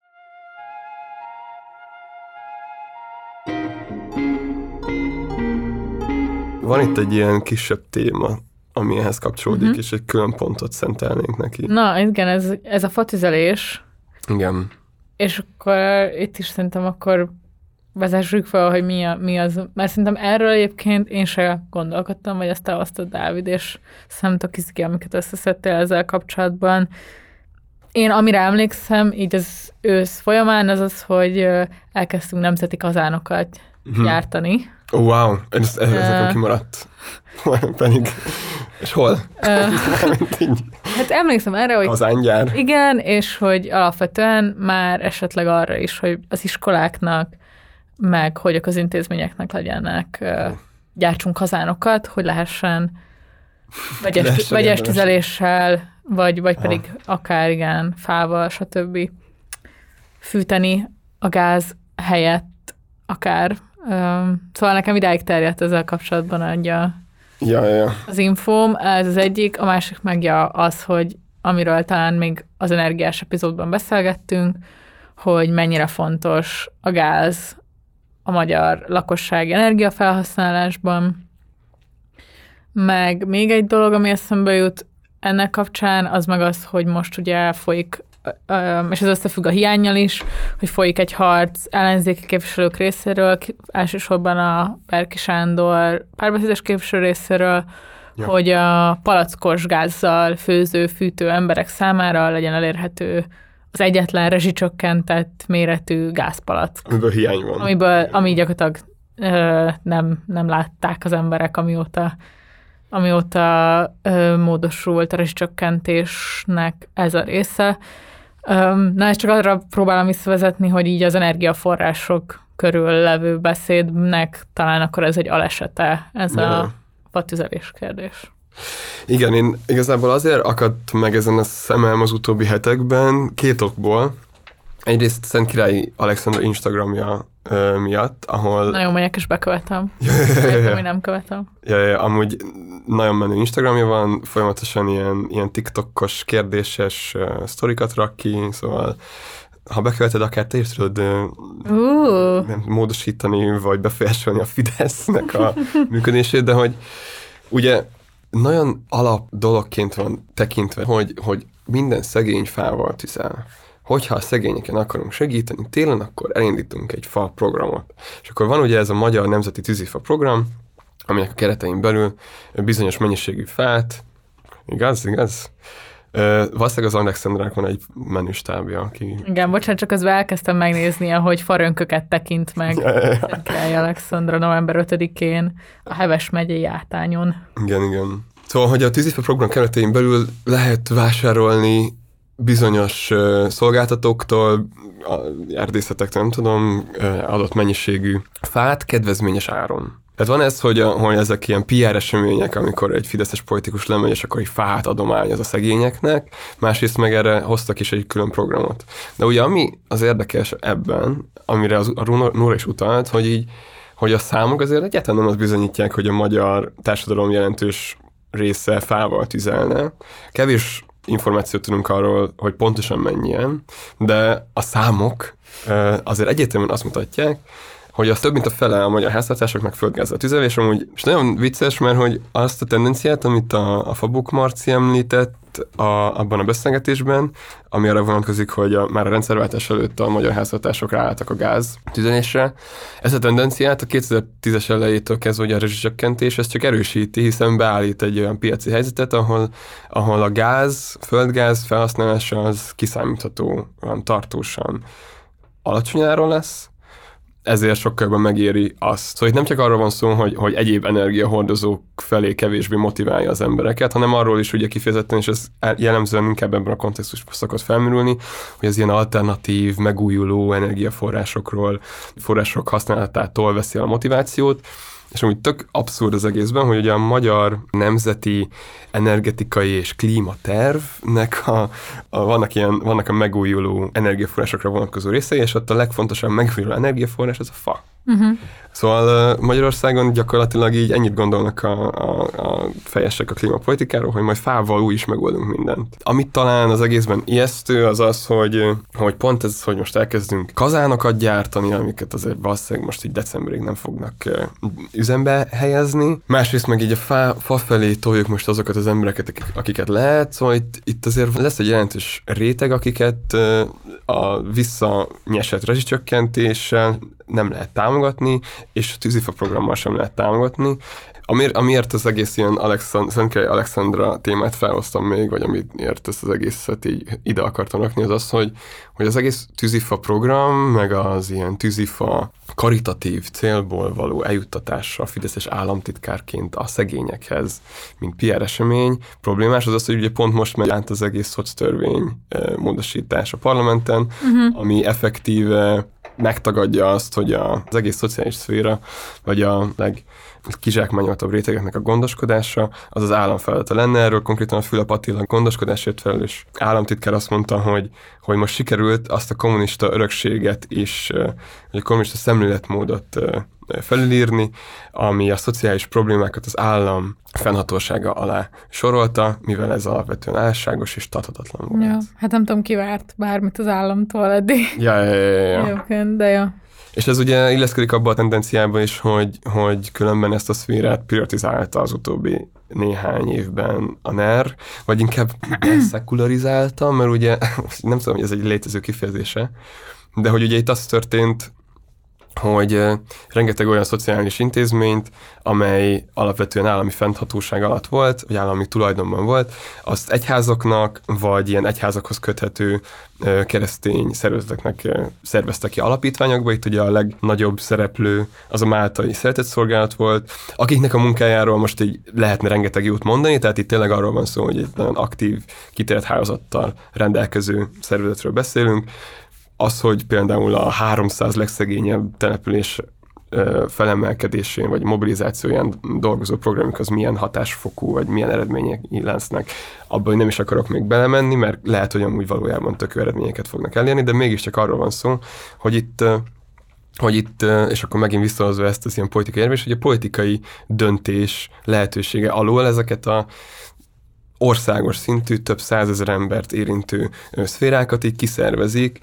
Van itt egy ilyen kisebb téma, ami ehhez kapcsolódik, és egy külön pontot szentelnénk neki. Na, igen, ez a fatüzelés. Igen. És akkor itt is szerintem akkor vezessük fel, hogy mi az. Mert szerintem erről egyébként én se gondolkodtam, vagy ezt elhoztad, Dávid, és számítok izgi, amiket összeszedtél ezzel kapcsolatban. Én amire emlékszem, így az ősz folyamán, az, hogy elkezdtünk nemzeti kazánokat gyártani. Oh, wow, ez nekem kimaradt. Pedig. És hol? Hát emlékszem erre, hogy... Kazángyár. Igen, és hogy alapvetően már esetleg arra is, hogy az iskoláknak, meg hogy a közintézményeknek legyenek, gyártsunk kazánokat, hogy lehessen vegyes tüzeléssel, vagy pedig akár igen, fával, stb. Fűteni a gáz helyett akár. Szóval nekem idáig terjedt ezzel kapcsolatban az infóm. Ez az egyik, a másik meg az, hogy amiről talán még az energiás epizódban beszélgettünk, hogy mennyire fontos a gáz a magyar lakosság energiafelhasználásban. Meg még egy dolog, ami eszembe jut ennek kapcsán, az meg az, hogy most ugye folyik, és ez összefügg a hiánnyal is, hogy folyik egy harc ellenzéki képviselők részéről, elsősorban a Berki Sándor párbeszédes képviselő részéről, hogy a palackos gázzal fűtő emberek számára legyen elérhető az egyetlen rezsicsökkentett méretű gázpalack. Amiből hiány van. Ami gyakorlatilag nem látták az emberek, amióta módosult a rezsicsökkentésnek ez a része. Na, ezt csak arra próbálom visszavezetni, hogy így az energiaforrások körül levő beszédnek talán akkor ez egy alesete, ez a fatüzelés kérdés. Igen, én igazából azért akadt meg ezen a szemem az utóbbi hetekben 2 okból. Egyrészt Szentkirályi Alexandra Instagramja miatt, ahol... Nagyon megyek és bekövetem. Ami nem követem. Amúgy nagyon menő Instagramja van, folyamatosan ilyen TikTokos, kérdéses sztorikat rak ki, szóval ha beköveted, akár te is tudod módosítani, vagy befolyásolni a Fidesznek a működését, de hogy ugye nagyon alap dologként van tekintve, hogy minden szegény fával tüzel. Hogyha a szegényeken akarunk segíteni télen, akkor elindítunk egy fa programot. És akkor van ugye ez a Magyar Nemzeti Tűzifa program, aminek a keretein belül bizonyos mennyiségű fát, igaz? Valószínűleg az Alexandrának van egy menüstábja, aki... Igen, bocsánat, csak közben elkezdtem megnézni, ahogy farönköket tekint meg Szentkirályi Alexandra november 5-én a Heves megyei Átányon. Igen. Szóval, hogy a tűzifa program keretein belül lehet vásárolni bizonyos szolgáltatóktól, erdészetektől, nem tudom, adott mennyiségű fát kedvezményes áron. Tehát van ez, hogy ezek ilyen PR események, amikor egy fideszes politikus lemegy, és akkor egy fát adományoz a szegényeknek, másrészt meg erre hoztak is egy külön programot. De ugye ami az érdekes ebben, amire a Nóra is utalt, hogy a számok azért egyáltalán nem azt bizonyítják, hogy a magyar társadalom jelentős része fával tüzelne. Kevés információt tudunk arról, hogy pontosan mennyien, de a számok azért egyértelműen azt mutatják, hogy az több mint a fele a magyar háztartásoknak földgázzal tüzel, és amúgy és nagyon vicces, mert hogy azt a tendenciát, amit a Fabuk Marci említett abban a beszélgetésben, ami arra vonatkozik, hogy már a rendszerváltás előtt a magyar háztartások ráálltak a gáz tüzelésre. Ezt a tendenciát a 2010-es elejétől kezdve ugye a rezsicsökkentés, ez csak erősíti, hiszen beállít egy olyan piaci helyzetet, ahol a gáz, földgáz felhasználása az kiszámítható, tartósan alacsony áron lesz, ezért sokkal jobban megéri azt. Szóval itt nem csak arról van szó, hogy egyéb energiahordozók felé kevésbé motiválja az embereket, hanem arról is ugye kifejezetten, és ez jellemzően inkább ebben a kontextusban szokott felmerülni, hogy az ilyen alternatív, megújuló források használatától veszi el a motivációt, és amúgy tök abszurd az egészben, hogy ugye a magyar nemzeti energetikai és klímatervnek vannak a megújuló energiaforrásokra vonatkozó részei, és ott a legfontosabb megújuló energiaforrás az a fa. Uh-huh. Szóval Magyarországon gyakorlatilag így ennyit gondolnak a fejesek a klímapolitikáról, hogy majd fával úgy is megoldunk mindent. Amit talán az egészben ijesztő, az az, hogy pont ez, hogy most elkezdünk kazánokat gyártani, amiket azért valószínűleg most így decemberig nem fognak üzembe helyezni. Másrészt meg így a fa felé toljuk most azokat az embereket, akiket lehet, szóval itt azért lesz egy jelentős réteg, akiket a visszanyesett rezsicsökkentéssel nem lehet támogatni, és a tűzifa programmal sem lehet támogatni. Amiért az egész ilyen Szentkely Alexandra témát felhoztam még, vagy amiért ezt az egészet így ide akartam rakni, az az, hogy az egész tűzifa program, meg az ilyen tűzifa karitatív célból való eljuttatása fideszes államtitkárként a szegényekhez, mint PR esemény. Problémás az, hogy ugye pont most megy át az egész szoctörvény módosítás a parlamenten, ami effektíve megtagadja azt, hogy az egész szociális szféra, vagy a legkizsákmányoltabb rétegeknek a gondoskodása, az állam feladata lenne. Erről konkrétan a Fülöp Attila gondoskodásért felelős államtitkár azt mondta, hogy most sikerült azt a kommunista örökséget is, vagy a kommunista szemléletmódot felülírni, ami a szociális problémákat az állam fennhatósága alá sorolta, mivel ez alapvetően álságos és tarthatatlan volt. Ja, hát nem tudom, ki várt bármit az államtól eddig. Ja. De ja. És ez ugye illeszkedik abba a tendenciába is, hogy különben ezt a szférát prioritizálta az utóbbi néhány évben a NER, vagy inkább szekularizálta, mert ugye nem tudom, hogy ez egy létező kifejezése, de hogy ugye itt az történt, hogy rengeteg olyan szociális intézményt, amely alapvetően állami fennhatóság alatt volt, vagy állami tulajdonban volt, azt egyházaknak, vagy ilyen egyházakhoz köthető keresztény szervezeteknek szerveztek ki alapítványokba. Itt ugye a legnagyobb szereplő az a máltai szeretetszolgálat volt, akiknek a munkájáról most így lehetne rengeteg jót mondani, tehát itt tényleg arról van szó, hogy egy nagyon aktív, kitért hálózattal rendelkező szervezetről beszélünk. Az, hogy például a 300 legszegényebb település felemelkedésén vagy mobilizációján dolgozó programjuk az milyen hatásfokú, vagy milyen eredmények lesznek, abban nem is akarok még belemenni, mert lehet, hogy amúgy valójában tök jó eredményeket fognak elérni, de mégiscsak arról van szó, hogy itt, és akkor megint visszahozva ezt az ilyen politikai érvés, hogy a politikai döntés lehetősége alól ezeket a országos szintű, több százezer embert érintő szférákat így kiszervezik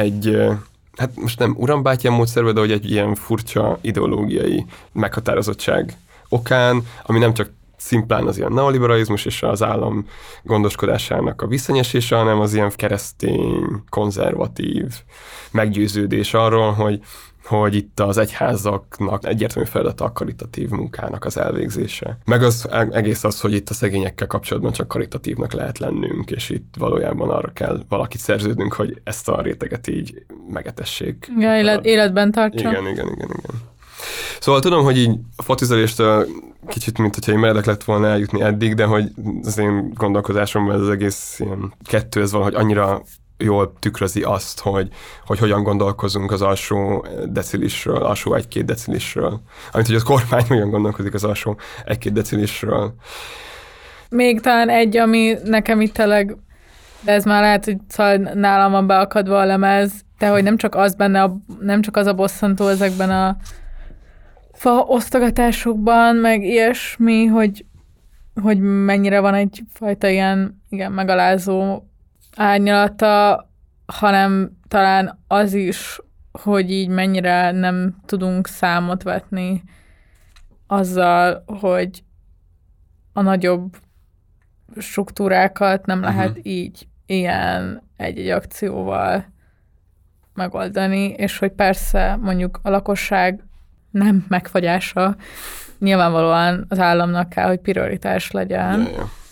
hát most nem urambátyám módszerben, de hogy egy ilyen furcsa ideológiai meghatározottság okán, ami nem csak szimplán az ilyen neoliberalizmus és az állam gondoskodásának a visszanyesése, hanem az ilyen keresztény, konzervatív meggyőződés arról, hogy itt az egyházaknak egyértelmű feladata a karitatív munkának az elvégzése. Meg az egész az, hogy itt a szegényekkel kapcsolatban csak karitatívnak lehet lennünk, és itt valójában arra kell valakit szerződnünk, hogy ezt a réteget így megetessék. Ja, életben tartsa. Igen. Szóval tudom, hogy így a focizeléstől kicsit, mint hogyha én meredek lett volna eljutni eddig, de hogy az én gondolkodásomban ez az egész ilyen kettő, ez valahogy annyira jól tükrözi azt, hogy hogyan gondolkozunk az alsó decilisről, alsó 1-2 decilisről. Amit, hogy a kormány hogyan gondolkozik az alsó 1-2 decilisről. Még talán egy, ami nekem itt tényleg, de ez már lehet, hogy szóval nálam van beakadva a lemez, de hogy nem csak az a bosszantó ezekben a fa osztogatásokban, meg ilyesmi, hogy mennyire van egyfajta ilyen megalázó árnyalata, hanem talán az is, hogy így mennyire nem tudunk számot vetni azzal, hogy a nagyobb struktúrákat nem lehet így ilyen egy-egy akcióval megoldani, és hogy persze mondjuk a lakosság nem megfagyása nyilvánvalóan az államnak kell, hogy prioritás legyen.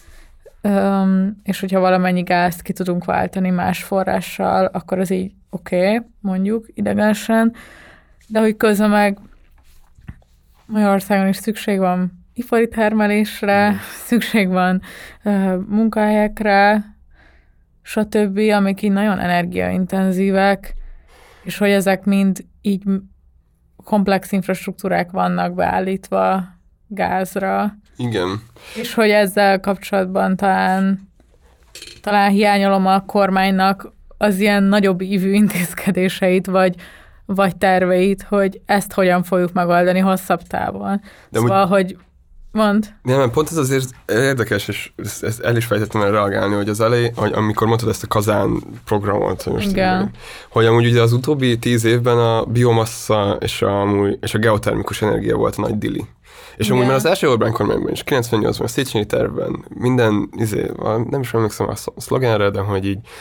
És hogyha valamennyi gázt ki tudunk váltani más forrással, akkor az így oké, mondjuk idegenesen, de hogy közben meg Magyarországon is szükség van ipari termelésre, szükség van munkahelyekre, stb., amik így nagyon energiaintenzívek, és hogy ezek mind így komplex infrastruktúrák vannak beállítva gázra. Igen. És hogy ezzel kapcsolatban talán hiányolom a kormánynak az ilyen nagyobb ívű intézkedéseit, vagy terveit, hogy ezt hogyan fogjuk megoldani hosszabb távon. De szóval, hogy mondd. Nem, pont ez azért érdekes, és ezt el is fejtettem el reagálni, hogy az elején, hogy amikor mondtad ezt a Kazán programot, hogy amúgy ugye az utóbbi 10 évben a biomassa és a geotermikus energia volt a nagy dili. És amúgy már az első Orbán kormányban is, 98-ban, a Széchenyi tervben minden, nem is emlékszem a szlogenre, de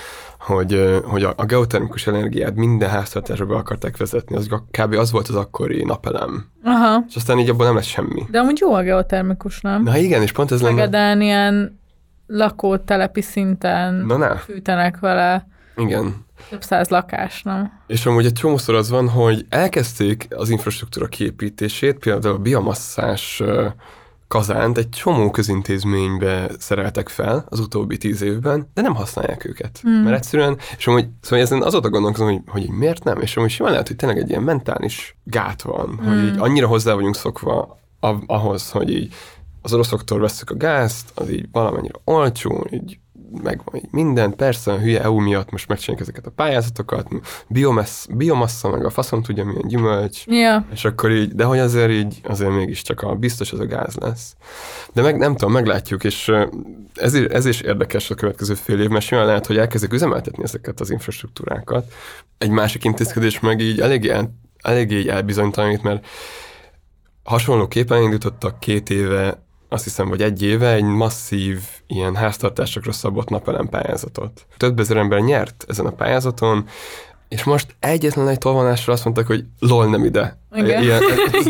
hogy a geotermikus energiát minden háztartásba be akarták vezetni, az kb. Az volt az akkori napelem. Aha. És aztán így abban nem lett semmi. De amúgy jó a geotermikus, nem? Na igen, és pont ez lenne. Szegeden ilyen lakótelepi szinten fűtenek vele. Igen. Több 100 lakás, nem? És amúgy egy csomószor az van, hogy elkezdték az infrastruktúra kiépítését, például a biomasszás Kazánt egy csomó közintézménybe szereltek fel az utóbbi 10 évben, de nem használják őket. Mert egyszerűen, és amúgy, szóval ezen azóta gondolkozom, hogy miért nem, és amúgy simán lehet, hogy tényleg egy ilyen mentális gát van, hogy így annyira hozzá vagyunk szokva ahhoz, hogy így az oroszoktól vesszük a gázt, az így valamennyire olcsó, így megvan így minden, persze a hülye EU miatt most megcsináljuk ezeket a pályázatokat, biomassa, meg a faszom tudja milyen gyümölcs, és akkor így, de hogy azért mégiscsak biztos az a gáz lesz. De nem tudom, meglátjuk, és ez is érdekes a következő fél év, mert simán lehet, hogy elkezdik üzemeltetni ezeket az infrastruktúrákat. Egy másik intézkedés meg így eléggé elbizonytalanít, mert hasonlóképpen indítottak 2 éve, azt hiszem, vagy 1 éve egy masszív ilyen háztartásokra szabott napelem pályázatot. Több ezer ember nyert ezen a pályázaton, és most egyetlen egy tolvonásra azt mondták, hogy lol, nem ide. Igen.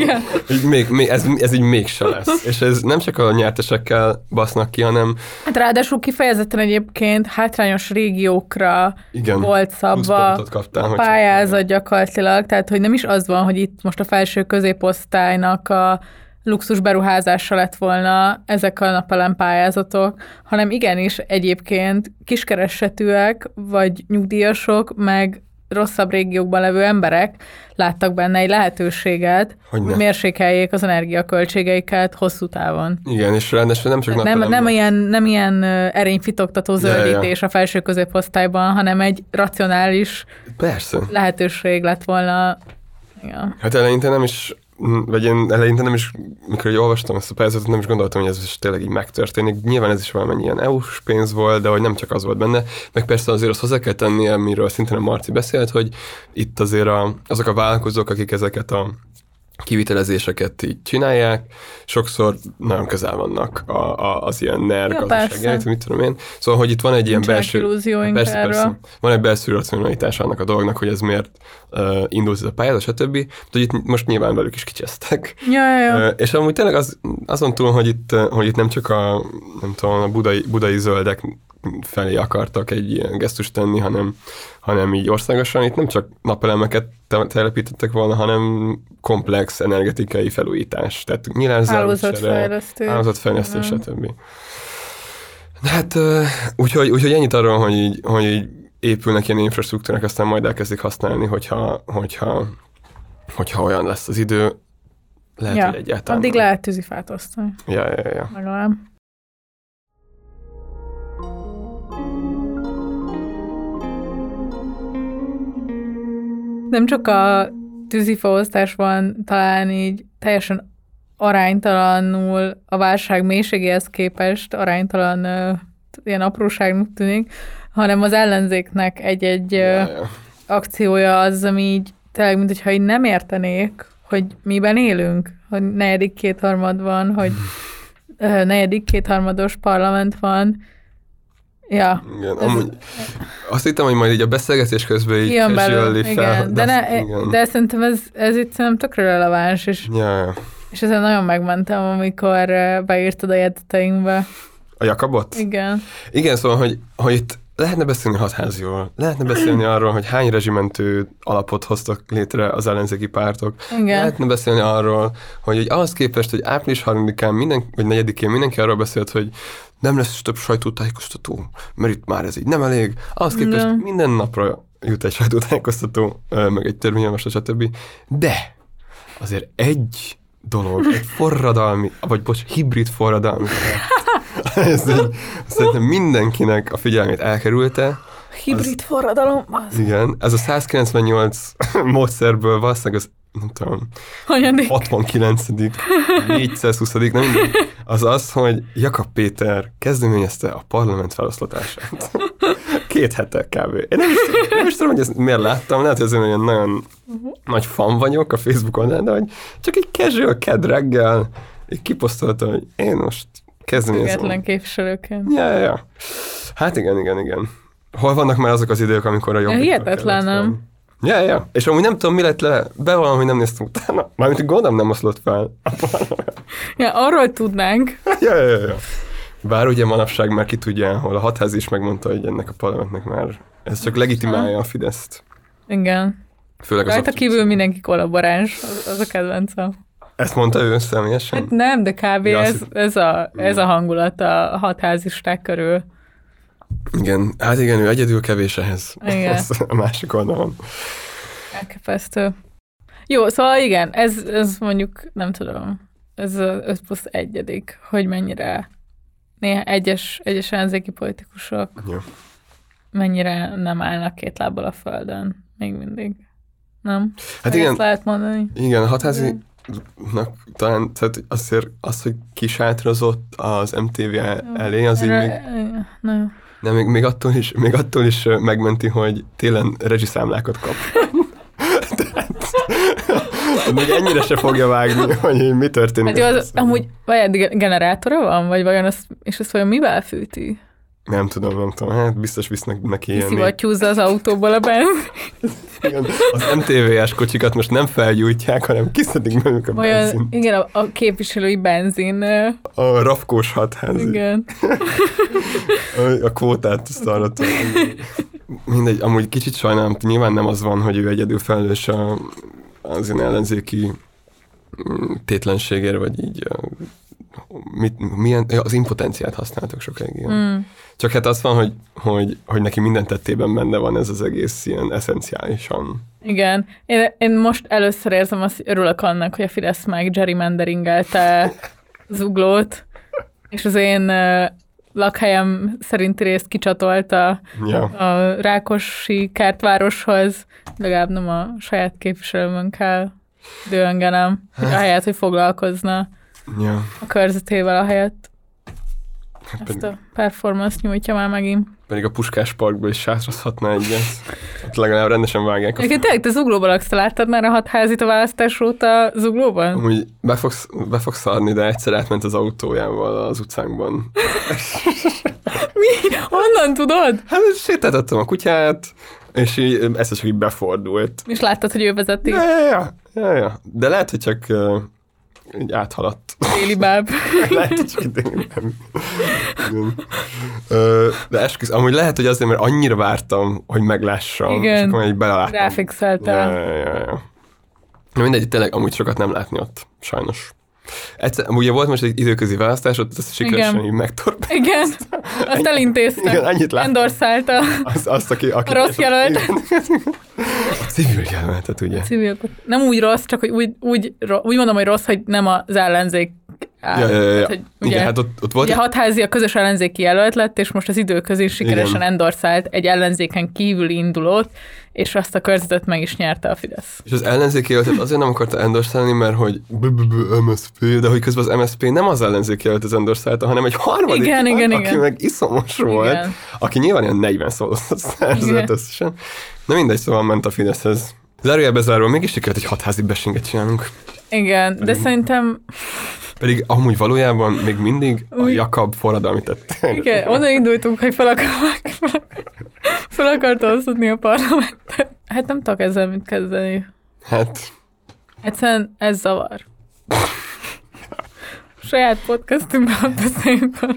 Ez így mégse lesz. És ez nem csak a nyertesekkel basznak ki, hanem... Hát ráadásul kifejezetten egyébként hátrányos régiókra volt szabva a pályázat gyakorlatilag, tehát hogy nem is az van, hogy itt most a felső középosztálynak a luxus beruházása lett volna ezek a napelem pályázatok, hanem igenis egyébként kiskeresetűek, vagy nyugdíjasok, meg rosszabb régiókban levő emberek láttak benne egy lehetőséget, hogy mérsékeljék az energiaköltségeiket hosszú távon. Igen, és ráadásul nem csak nem ilyen erényfitoktató zöldítés a felső középosztályban, hanem egy racionális lehetőség lett volna. Ja. Hát eleinte nem is, mikor olvastam ezt a pályázatot, nem is gondoltam, hogy ez is tényleg így megtörténik. Nyilván ez is valamennyi ilyen EU-s pénz volt, de hogy nem csak az volt benne. Meg persze azért azt hozzá kell tenni, amiről szintén a Marci beszélt, hogy itt azért azok a vállalkozók, akik ezeket a kivitelezéseket így csinálják, sokszor nagyon közel vannak az ilyen NER gazdaságért, mit tudom én. Szóval, hogy itt van egy ilyen belső... Persze, van egy belső racionalitás annak a dolognak, hogy ez miért indult ez a pályázat, stb. De itt most nyilván velük is kicsesztek. Ja. És amúgy tényleg azon túl, hogy itt nem csak a budai zöldek felé akartak egy ilyen gesztust tenni, hanem így országosan itt nem csak napelemeket telepítettek volna, hanem komplex energetikai felújítás. Tehát hálózatfejlesztés, stb. Hát úgyhogy ennyit arról, hogy így épülnek ilyen infrastruktúrák, aztán majd elkezdik használni, hogyha olyan lesz az idő, lehet, hogy egyáltalán. Addig lehet tűzifát osztani. Ja. Legalább. Nem csak a tűzifaosztás van talán így teljesen aránytalanul a válság mélységéhez képest aránytalan ilyen apróságnak tűnik, hanem az ellenzéknek egy akciója az, ami így tényleg, mint hogyha így nem értenék, hogy miben élünk, hogy negyedik kétharmad van, hogy negyedik kétharmados parlament van. Ja. Igen, amúgy azt hittem, hogy majd így a beszélgetés közben így casually fel. De szerintem ez itt szerintem tökre releváns, és ezen nagyon megmentem, amikor beírtad a jegyzeteinkbe. A Jakabot? Igen. Igen, szóval, hogy itt lehetne beszélni hatháziról, lehetne beszélni arról, hogy hány rezsimentő alapot hoztak létre az ellenzéki pártok. Igen. Lehetne beszélni arról, hogy ahhoz képest, hogy április 3-án vagy 4-én mindenki arról beszélt, hogy nem lesz több sajtótájékoztató, mert itt már ez így nem elég. Ahhoz képest minden napra jut egy sajtótájékoztató, meg egy törvényjavaslat, stb. De azért egy dolog, egy forradalmi, hibrid forradalmi. Szerintem mindenkinek a figyelmét elkerülte. Hibrid forradalom. Igen, ez a 198 módszerből valószínűleg nem tudom, 69. 420. nem mindegy. Az, hogy Jakab Péter kezdeményezte a parlament feloszlatását. 2 hete kb. Én nem is tudom, hogy ezt miért láttam, lehet, hogy azért olyan nagyon nagy fan vagyok a Facebookon, de hogy csak egy casual kedd reggel így kiposztoltam, hogy én most kezdeményezem. Független képviselőként. Ja. Hát igen. Hol vannak már azok az idők, amikor a jobbikra hihetetlen, nem? Ja. És amúgy nem tudom, mi lett le, bevallom, hogy nem néztem utána. Mármint, hogy gondolom nem oszlott fel. Ja, arról tudnánk. Ja. Bár ugye manapság már ki tudja, hol a hatház is megmondta, hogy ennek a parlamentnek már ez csak legitimálja a Fideszt. Igen. Főleg az rajta kívül mindenki kollaboráns, az a kedvencem. Ezt mondta ő személyesen? Hát nem, de kb. Ez a hangulat a hatházisták körül. Igen, hát igen, ő egyedül kevés ehhez. Igen. A másik oldalon. Elképesztő. Jó, szóval igen, ez mondjuk, nem tudom, ez az 5+1, hogy mennyire néha egyes ellenzéki politikusok mennyire nem állnak 2 lábbal a földön. Még mindig. Nem? Hát igen, ezt lehet mondani? Igen, a hatházinak talán, tehát azért az, hogy kisátrazott az MTV elé, az így még attól is megmenti, hogy télen rezsiszámlákat kap. Még ennyire se fogja vágni, hogy mi történik. Hát amúgy vajon generátora van, vagy vajon és ezt vajon mivel fűti? Nem tudom, hát biztos visznek neki ilyen. Kiszivattyúzza az autóból a benzin. Igen, az MTV-s kocsikat most nem felgyújtják, hanem kiszedik belőlük a benzin. Igen, a képviselői benzin. A rafkós hatházi. Igen. A kvótát szarratok. Mindegy, amúgy kicsit sajnálom, nyilván nem az van, hogy ő egyedül felelős az ilyen ellenzéki tétlenségére, vagy így milyen, az impotenciát használtak sokáig. Igen. Csak hát az van, hogy neki minden tettében benne van ez az egész ilyen eszenciálisan. Igen. Én most először érzem azt, hogy örülök annak, hogy a Fidesz meg gerrymanderingelte Zuglót, és az én lakhelyem szerinti részt kicsatolta a Rákosi kertvároshoz, legalább nem a saját képviselőmön kell dőlöngenem, ahelyett, hogy foglalkozna a körzetével, ahelyett ezt a performance nyújtja már megint. Pedig a Puskás Parkból is sátrazhatna egyet. Ott legalább rendesen vágják. Tényleg, te Zuglóban laksz, te láttad már a hatházit a választás óta Zuglóban? Amúgy be fogsz szarni, de egyszer átment az autójával az utcánkban. Mi? Honnan tudod? Hát sétáltattam a kutyát, és így ezt csak így befordult. És láttad, hogy ő vezeti? Ja. De lehet, hogy csak így áthaladt. Déli báb. Lehet, hogy csak déli báb. De esküsz, amúgy lehet, hogy azért, mert annyira vártam, hogy meglássam. Igen. És akkor így beleláttam. Ráfixeltem. Ja. Mindegy, tényleg amúgy sokat nem látni ott, sajnos. Egyszer, ugye volt most egy időközi választás, ott ezt sikeresen így megtorpált. Igen, azt elintézte. Igen, annyit láttam. Endorszálta Azt, aki a rossz jelölt. A civil jelöltet, ugye? Nem úgy rossz, csak hogy úgy mondom, hogy rossz, hogy nem az ellenzék áll. Ja. Hogy, igen, hát ott volt... Ugye Hatházi a közös ellenzéki jelölt lett, és most az időközén sikeresen endorszált egy ellenzéken kívüli indulót, és azt a körzetet meg is nyerte a Fidesz. És az ellenzéki jelöltet azért nem akarta endorszálni, mert hogy MSZP, de hogy közben az MSZP nem az ellenzéki jelöltet endorszálta, hanem egy harmadik, aki meg iszomos volt, aki nyilván ilyen 40 szavazatot szerzett összesen. Na mindegy, szóval ment a Fideszhez. Zárójelbe zárva, mégis sikerült egy Hatházi besinget csinálnunk. Igen, de szerintem... Pedig amúgy valójában még mindig a Jakab forradalmi tett. Igen, onnan indultunk, hogy fel akarta osztani a parlamentet. Hát nem tudok ezzel mit kezdeni. Hát... Egyszerűen ez zavar. Saját podcastunkban beszéljünk arról.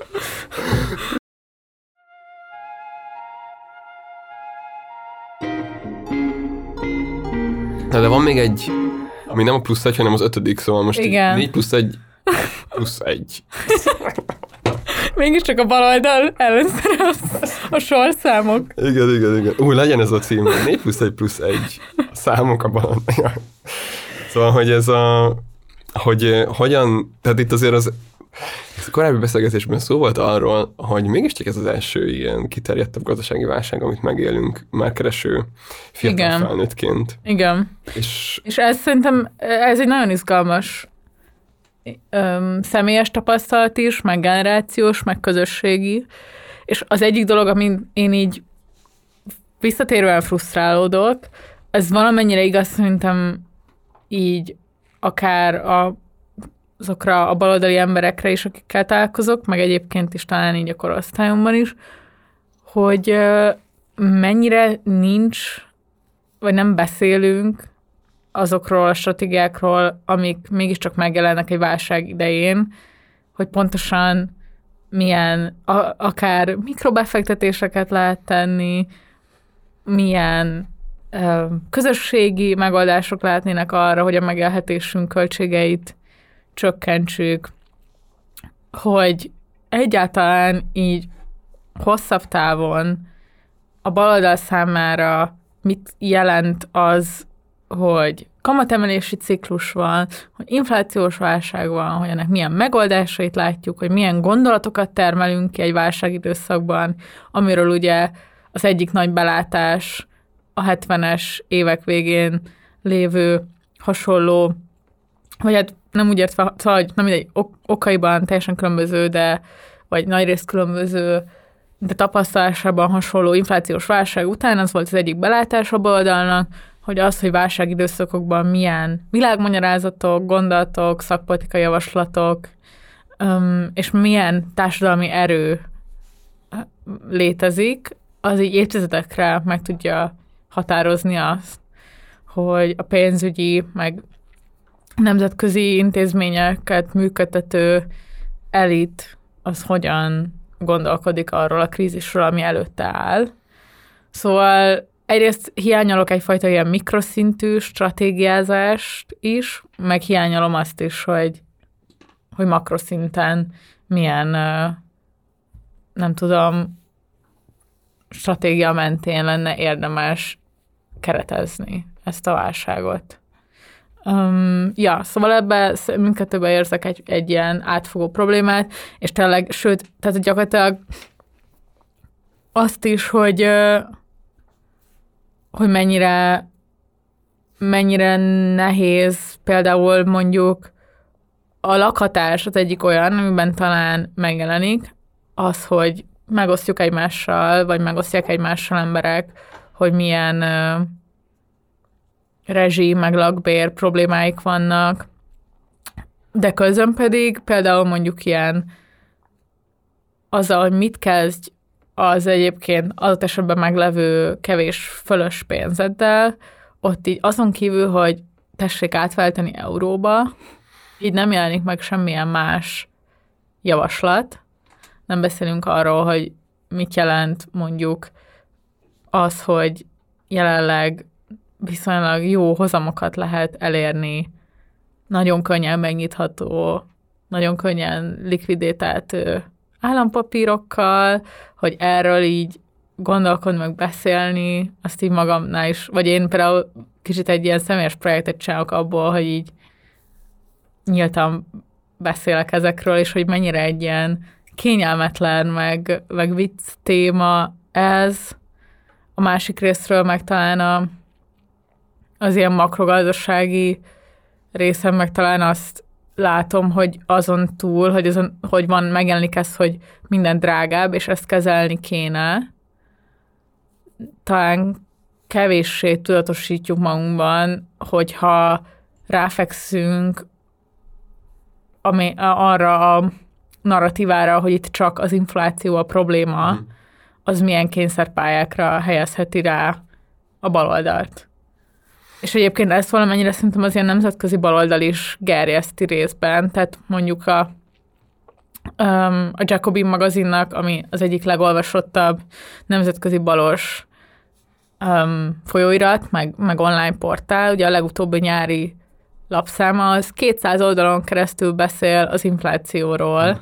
Na, de van még egy, ami nem a plusz 1, hanem az 5., szóval most 4 plusz 1 plusz 1. Mégiscsak a baloldal ellenszere a sorszámok. Igen. Legyen ez a cím. 4 plusz 1 plusz 1. A számok a baloldal. Szóval, hogy ez hogy hogyan, tehát itt azért az korábbi beszélgetésben szó volt arról, hogy mégiscsak ez az első ilyen kiterjedtebb gazdasági válság, amit megélünk már kereső fiatal felnőttként. Igen. És ez szerintem, ez egy nagyon izgalmas személyes tapasztalat is, meg generációs, meg közösségi. És az egyik dolog, amin én így visszatérően frusztrálódok, ez valamennyire igaz, szerintem így akár azokra a baloldali emberekre is, akikkel találkozok, meg egyébként is talán így a korosztályomban is, hogy mennyire nincs, vagy nem beszélünk azokról a stratégiákról, amik mégiscsak megjelennek egy válság idején, hogy pontosan milyen, akár mikrobefektetéseket lehet tenni, milyen közösségi megoldások lehetnének arra, hogy a megélhetésünk költségeit csökkentsük, hogy egyáltalán így hosszabb távon a baloldal számára mit jelent az, hogy kamatemelési ciklus van, hogy inflációs válság van, hogy ennek milyen megoldásait látjuk, hogy milyen gondolatokat termelünk ki egy válságidőszakban, amiről ugye az egyik nagy belátás a 70-es évek végén lévő hasonló, vagy hát nem úgy értve, szóval, hogy nem mindegy, okaiban teljesen különböző, vagy nagyrészt különböző, de tapasztalásában hasonló inflációs válság után az volt az egyik belátás a baloldalnak, hogy az, hogy válságidőszakokban milyen világmagyarázatok, gondolatok, szakpolitikai javaslatok, és milyen társadalmi erő létezik, az így évtizedekre meg tudja határozni azt, hogy a pénzügyi, meg nemzetközi intézményeket működtető elit az hogyan gondolkodik arról a krízisről, ami előtte áll. Szóval egyrészt hiányolok egyfajta ilyen mikroszintű stratégiázást is, meg hiányolom azt is, hogy makroszinten milyen, nem tudom, stratégia mentén lenne érdemes keretezni ezt a válságot. Szóval mindkettőben érzek egy ilyen átfogó problémát, és tényleg, sőt, tehát gyakorlatilag azt is, hogy mennyire nehéz például mondjuk a lakhatás az egyik olyan, amiben talán megjelenik az, hogy megosztjuk egymással, vagy megosztják egymással emberek, hogy milyen rezsi, meg lakbér problémáik vannak, de közben pedig például mondjuk ilyen azzal, hogy mit kezdj az egyébként adott esetben meglevő kevés fölös pénzeddel, ott így azon kívül, hogy tessék átváltani euróba, így nem jelenik meg semmilyen más javaslat. Nem beszélünk arról, hogy mit jelent mondjuk az, hogy jelenleg viszonylag jó hozamokat lehet elérni nagyon könnyen megnyitható, nagyon könnyen likviditáltő állampapírokkal, hogy erről így gondolkodni, meg beszélni, azt így magamnál is, vagy én például kicsit egy ilyen személyes projektet csinálok abból, hogy így nyíltan beszélek ezekről, és hogy mennyire egy ilyen kényelmetlen, meg vicc téma ez. A másik részről meg talán az ilyen makrogazdasági részem, meg talán azt látom, hogy azon túl, hogy megjelenik ez, hogy minden drágább, és ezt kezelni kéne, talán kevéssé tudatosítjuk magunkban, hogyha ráfekszünk arra a narratívára, hogy itt csak az infláció a probléma, az milyen kényszerpályákra helyezheti rá a baloldalt. És egyébként ezt valamennyire szerintem az ilyen nemzetközi baloldal is gerjeszti részben, tehát mondjuk a Jacobin magazinnak, ami az egyik legolvasottabb nemzetközi balos folyóirat, meg online portál, ugye a legutóbbi nyári lapszáma, az 200 oldalon keresztül beszél az inflációról,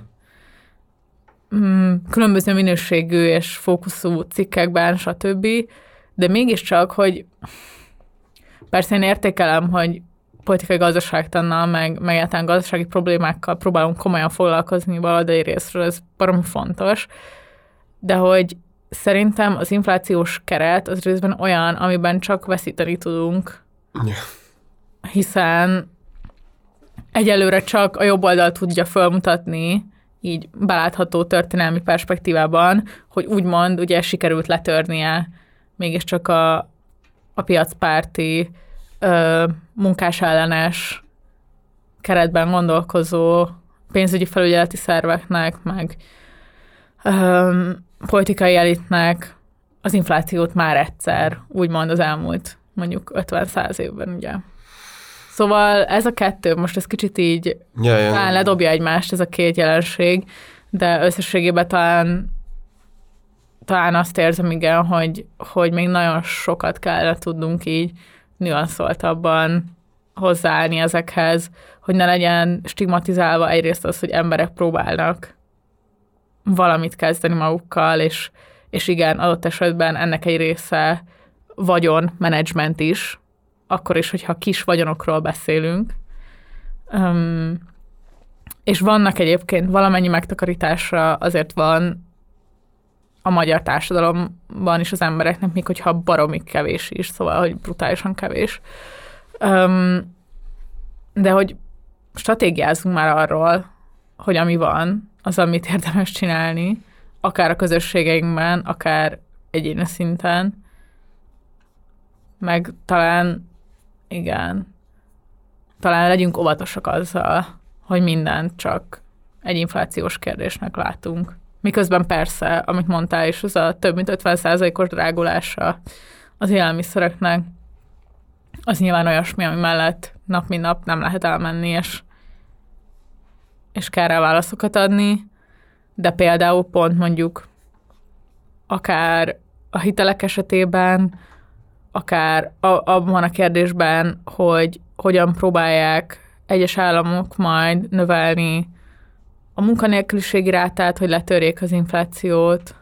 különböző minőségű és fókuszú cikkekben, stb. De mégiscsak, hogy persze én értékelem, hogy politikai gazdaságtannal, meg egyáltalán gazdasági problémákkal próbálunk komolyan foglalkozni baloldali részről, ez baromi fontos, de hogy szerintem az inflációs keret az részben olyan, amiben csak veszíteni tudunk, hiszen egyelőre csak a jobb oldal tudja felmutatni, így belátható történelmi perspektívában, hogy úgymond ugye sikerült letörnie mégiscsak a piacpárti, munkásellenes keretben gondolkozó pénzügyi felügyeleti szerveknek, meg politikai elitnek az inflációt már egyszer, úgymond az elmúlt mondjuk 50-100 évben, ugye. Szóval ez a kettő, most ez kicsit így talán ledobja egymást ez a két jelenség, de összességében talán azt érzem, igen, hogy még nagyon sokat kellene tudnunk így nüanszoltabban hozzáállni ezekhez, hogy ne legyen stigmatizálva egyrészt az, hogy emberek próbálnak valamit kezdeni magukkal, és igen, adott esetben ennek egy része vagyonmenedzsment is, akkor is, hogyha kis vagyonokról beszélünk. És vannak egyébként valamennyi megtakarításra azért van a magyar társadalomban is az embereknek, még hogyha baromi kevés is, szóval, hogy brutálisan kevés. De hogy stratégiázunk már arról, hogy ami van, az, amit érdemes csinálni, akár a közösségeinkben, akár egyéni szinten, meg talán legyünk óvatosak azzal, hogy mindent csak egy inflációs kérdésnek látunk. Miközben persze, amit mondtál is, az a több mint 50%-os drágulása az élelmiszereknek, az nyilván olyasmi, ami mellett nap mint nap nem lehet elmenni, és kell rá válaszokat adni, de például pont mondjuk akár a hitelek esetében, akár abban a kérdésben, hogy hogyan próbálják egyes államok majd növelni a munkanélküliségi rátát, hogy letörjék az inflációt,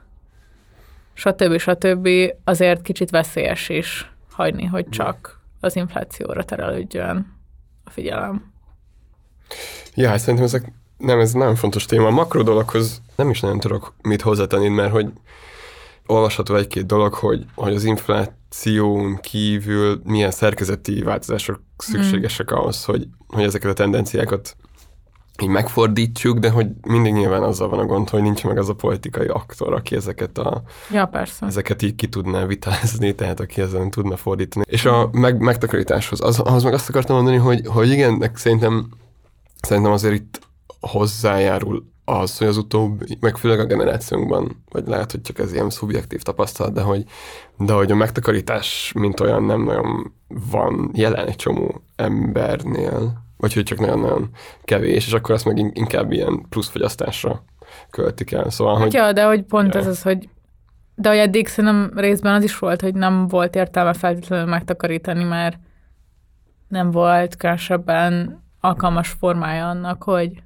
stb. Azért kicsit veszélyes is hagyni, hogy csak az inflációra terelődjön a figyelem. Ja, szerintem ez nagyon fontos téma. A makro dologhoz nem is nagyon tudok mit hozzátenni, mert hogy olvasható egy-két dolog, hogy az infláción kívül milyen szerkezeti változások szükségesek ahhoz, hogy ezeket a tendenciákat így megfordítsuk, de hogy mindig nyilván azzal van a gond, hogy nincs meg az a politikai aktor, aki ezeket így ki tudná vitázni, tehát aki ezen tudna fordítani. És a megtakarításhoz, ahhoz meg azt akartam mondani, hogy igen, szerintem azért itt hozzájárul az, hogy az utóbbi, meg főleg a generációnkban, vagy lehet, hogy csak ez ilyen szubjektív tapasztalat, de hogy a megtakarítás mint olyan nem nagyon van jelen egy csomó embernél, vagy hogy csak nagyon-nagyon kevés, és akkor azt meg inkább ilyen pluszfogyasztásra költik el. Szóval, hogy... Ja, de hogy pont ez az, hogy de hogy eddig szerintem részben az is volt, hogy nem volt értelme feltétlenül megtakarítani, mert nem volt különösebben alkalmas formája annak,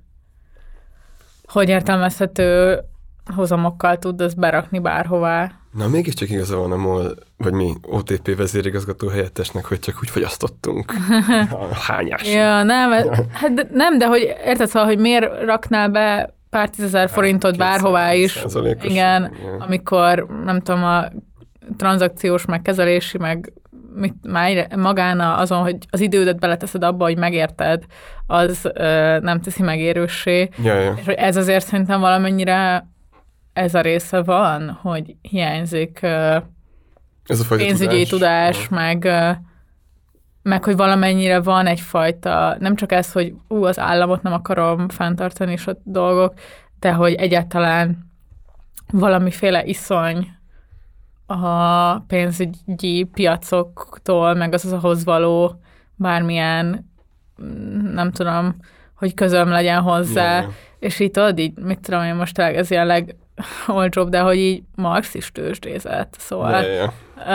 hogy értelmezhető hozamokkal tud ezt berakni bárhová. Na, mégiscsak igaza van a MOL, vagy mi, OTP vezérigazgató helyettesnek, hogy csak úgy fogyasztottunk. Hányás. Ja, nem, de hogy érted, szóval, hogy miért raknál be pár 10 000 forintot bárhová is. Igen, amikor, nem tudom, a tranzakciós, meg kezelési, meg magán azon, hogy az idődet beleteszed abba, hogy megérted, az nem teszi megérőssé. Ja. És hogy ez azért szerintem valamennyire ez a része van, hogy hiányzik ez a pénzügyi tudás, meg hogy valamennyire van egyfajta, nem csak ez, hogy az államot nem akarom fenntartani és a dolgok, de hogy egyáltalán valamiféle iszony a pénzügyi piacoktól, meg az ahhoz való bármilyen, nem tudom, hogy közöm legyen hozzá, Ja. és így tudod, így, mit tudom én most ez ilyen legolcsóbb, de hogy így Marx is tőzsdézett, szóval Ja.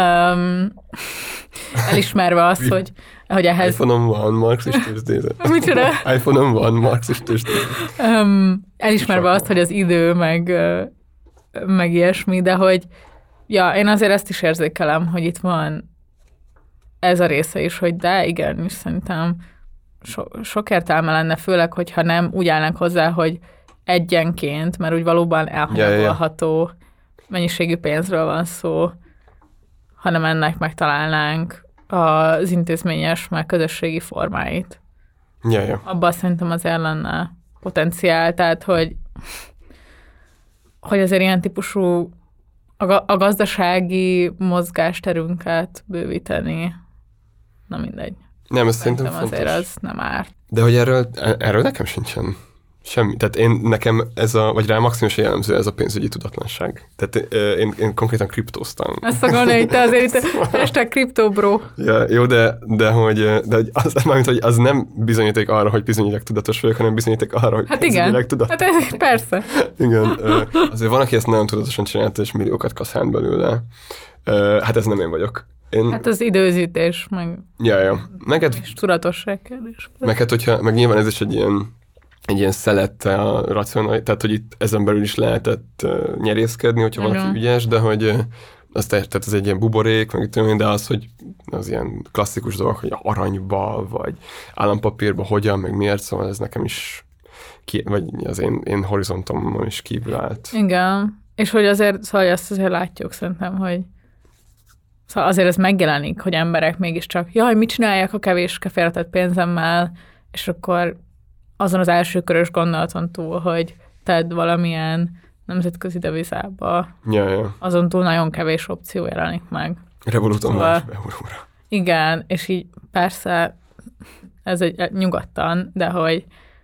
elismerve azt, hogy ehhez... iPhone-om van, Marx is tőzsdézett. Micsoda? iPhone-om van, Marx is tőzsdézett. Elismerve azt, hogy az idő, meg ilyesmi, de hogy ja, én azért ezt is érzékelem, hogy itt van ez a része is, hogy de igen, és szerintem sok értelme lenne, főleg, hogyha nem úgy állnánk hozzá, hogy egyenként, mert úgy valóban elhanyagolható mennyiségű pénzről van szó, hanem ennek megtalálnánk az intézményes, meg közösségi formáit. Ja. Abban szerintem azért lenne potenciál, tehát, hogy azért ilyen típusú a gazdasági mozgásterünket bővíteni. Na mindegy. Nem, ez szerintem azért fontos. az nem árt. De hogy erről nekem sincsen semmi. Tehát nekem vagy rá maximálisan jellemző ez a pénzügyi tudatlanság. Tehát én konkrétan kriptóztam. Azt akarom, hogy te azért hashtag kriptobro. Ja, jó, de hogy az nem bizonyíték arra, hogy bizonyilag tudatos vagyok, hanem bizonyíték arra, hogy pénzügyileg tudatos. Hát ez persze. Igen. Azért van, aki ezt nagyon tudatosan csinálta, és milliókat kaszált belőle. Hát ez nem én vagyok. Hát az időzítés, meg Ja. és tudatosság kérdés. Meg nyilván ez is egy ilyen szelette a racionalitás, tehát hogy itt ezen belül is lehetett nyerészkedni, hogyha valaki ügyes, de hogy tehát ez egy ilyen buborék, meg tudom én, de az, hogy az ilyen klasszikus dolgok, hogy aranyba, vagy állampapírba hogyan, meg miért, szóval ez nekem is vagy az én horizontomon is kívül állt. Igen, és hogy azért, szóval azt azért látjuk szerintem, hogy szóval azért ez megjelenik, hogy emberek mégiscsak, jaj, mit csinálják a kevés félretett pénzemmel, és akkor azon az első körös gondolaton túl, hogy tedd valamilyen nemzetközi devizába, azon túl nagyon kevés opció jelenik meg. Revoluton más euróra. Igen, és így persze ez egy nyugodtan, de hogy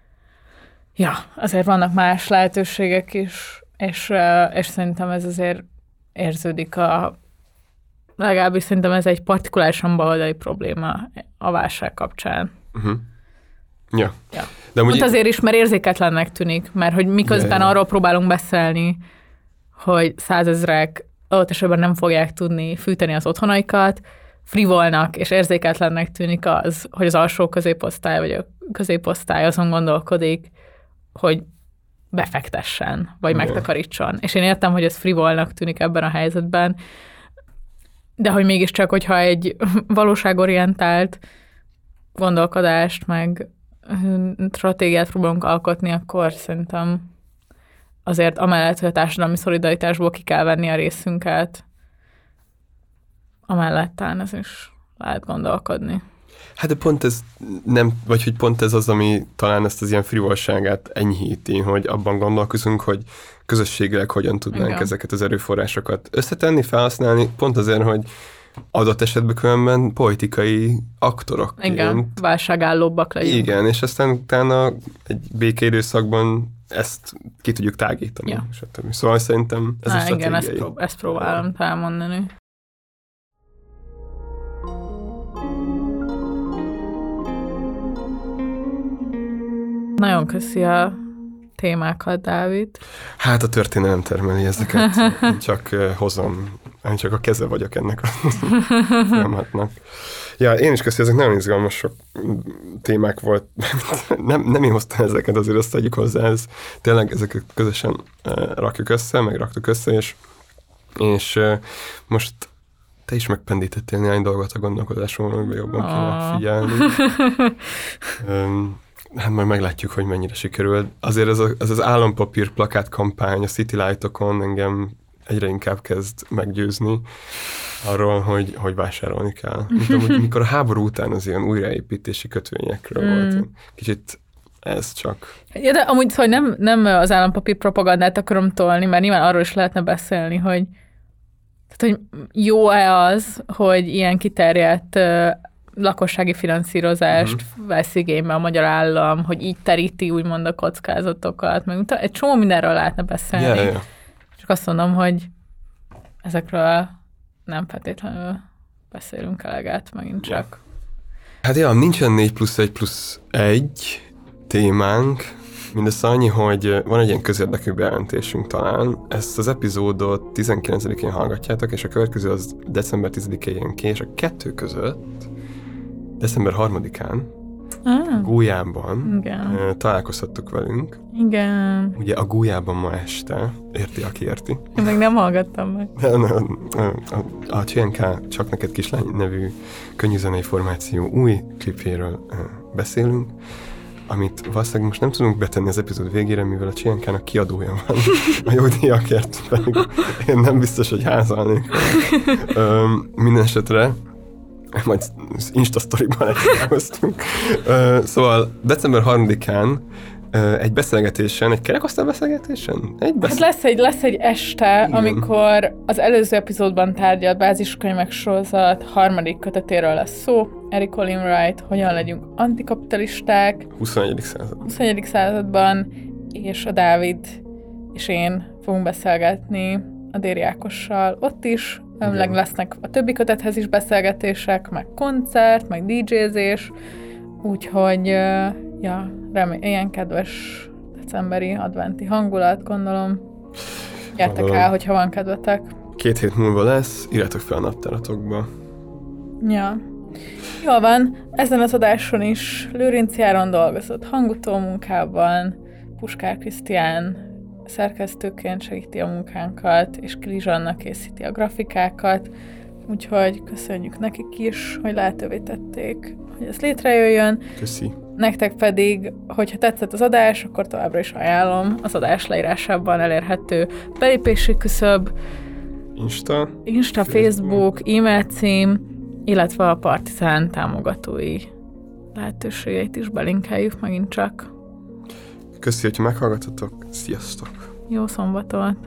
azért vannak más lehetőségek is, és szerintem ez azért érződik legalábbis szerintem ez egy partikulárisan baloldali probléma a válság kapcsán. Ja. De pont azért is, mert érzéketlennek tűnik, mert hogy miközben arról próbálunk beszélni, hogy 100 000 adott esetben nem fogják tudni fűteni az otthonaikat, frivolnak és érzéketlennek tűnik az, hogy az alsó középosztály vagy a középosztály azon gondolkodik, hogy befektessen, vagy megtakarítson. És én értem, hogy ez frivolnak tűnik ebben a helyzetben, de hogy mégiscsak, hogyha egy valóságorientált gondolkodást, meg stratégiát próbálunk alkotni, akkor szerintem azért amellett, hogy a társadalmi szolidaritásból ki kell venni a részünket, amellett talán ez is lehet gondolkodni. Hát de pont ez nem, vagy hogy pont ez az, ami talán ezt az ilyen frivolságát enyhíti, hogy abban gondolkozunk, hogy közösségileg hogyan tudnánk ezeket az erőforrásokat összetenni, felhasználni, pont azért, hogy adott esetben különben politikai aktorok. Igen, válságállóbbak legyünk. Igen, és aztán utána egy békeidőszakban ezt ki tudjuk tágítani. Stb. Szóval szerintem ez a stratégiai. Igen, ezt próbálom elmondani. Nagyon köszi a témákat, Dávid. Hát a történelem termeli ezeket. Én csak hozom, én csak a keze vagyok ennek a folyamatnak. Ja, én is köszi, ezek nagyon izgalmas sok témák volt. nem én hoztam ezeket, azért azt tegyük hozzá, ez tényleg ezeket közösen rakjuk össze, meg raktuk össze, és most te is megpendítettél néhány dolgot a gondolkodásról, amiben jobban kéne figyelni. Hát majd meglátjuk, hogy mennyire sikerül. Azért ez az állampapír plakát kampány a City Light-okon engem egyre inkább kezd meggyőzni arról, hogy vásárolni kell. Mint mikor a háború után az ilyen újraépítési kötvényekről volt. Kicsit ez csak. Ja, de amúgy szóval nem az állampapír propagandát akarom tolni, mert nyilván arról is lehetne beszélni, hogy jó-e az, hogy ilyen kiterjedt lakossági finanszírozást vesz igénybe a magyar állam, hogy így teríti úgymond a kockázatokat, meg egy csomó mindenről lehetne beszélni. Yeah. Csak azt mondom, hogy ezekről nem feltétlenül beszélünk eleget, megint csak. Hát ja, nincsen 4+1+1 témánk, mindössze annyi, hogy van egy ilyen közérdekű bejelentésünk talán. Ezt az epizódot 19-én hallgatjátok, és a következő az december 10-én ki, és a kettő között december 3-án Gólyában találkozhattuk velünk. Igen. Ugye a Gólyában ma este, érti, aki érti. Én meg nem hallgattam meg. A CNK Csak neked kislány nevű könnyűzenei formáció új klipjéről beszélünk, amit valószínűleg most nem tudunk betenni az epizód végére, mivel a CNK-nak kiadója van. A jogdíjakért pedig én nem biztos, hogy házalnék. Minden esetre majd Insta-sztoriban elhoztunk. Szóval december 3-án egy beszélgetésen, egy kerekasztal beszélgetésen? Hát lesz egy este, igen, amikor az előző epizódban tárgyalt báziskönyvek sorozat 3. kötetéről lesz szó. Eric Olin Wright, hogyan legyünk antikapitalisták. 21. században, és a Dávid és én fogunk beszélgetni a Déri Ákossal ott is. Lesznek a többi kötethez is beszélgetések, meg koncert, meg DJ-zés, úgyhogy ilyen kedves decemberi adventi hangulat, gondolom. Gyertek el, hogyha van kedvetek. 2 hét múlva lesz, írjátok fel a naptáratokba. Ja. Jól van, ezen az adáson is Lőrinc Járon dolgozott hangutó munkában, Puskár Krisztián szerkesztőként segíti a munkánkat, és Krizs Anna készíti a grafikákat, úgyhogy köszönjük nekik is, hogy lehetővé tették, hogy ez létrejöjjön. Köszi. Nektek pedig, hogyha tetszett az adás, akkor továbbra is ajánlom az adás leírásában elérhető belépési küszöb, Insta, Facebook, e-mail cím, illetve a Partizán támogatói lehetőségeit is belinkeljük megint csak. Köszi, hogyha meghallgatotok. Sziasztok! Jó szombatot!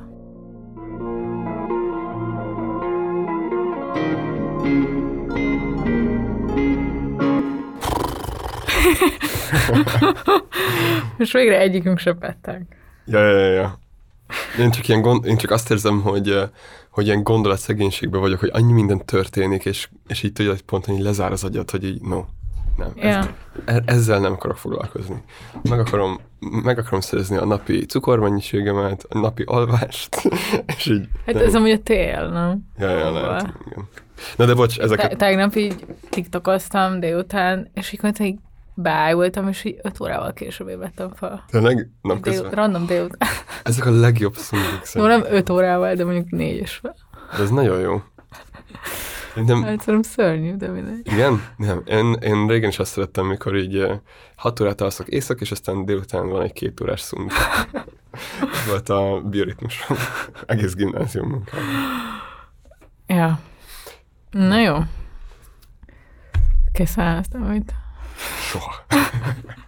Most végre egyikünk se petteg. Ja. Én csak azt érzem, hogy ilyen gondolatszegénységben vagyok, hogy annyi minden történik, és így tudja, hogy pont annyi lezár az agyat, hogy így nem. Ezzel nem akarok foglalkozni. Meg akarom szerezni a napi cukormennyiségemet, a napi alvást, és így... Hát ez amúgy a tél, nem? Ja, lehet, igen. Na de bocs, ezeket... Tegnap így tiktokoztam délután, és így mondta, hogy beájultam, és így 5 órával később ébredtem fel. Tényleg? Napközben? Random délután. Ezek a legjobb szundék szerintem. Nem 5 órával, de mondjuk 4 és fel. De ez nagyon jó. Szerintem szörnyű, de mindegy. Igen? Nem. Én régen is azt szerettem, mikor így 6 órát alszok éjszak, és aztán délután van egy 2 órás szund. Ez volt a bioritmusom. Egész gimnázium munkám. Ja. Na jó. Készen állsz, amit? Soha.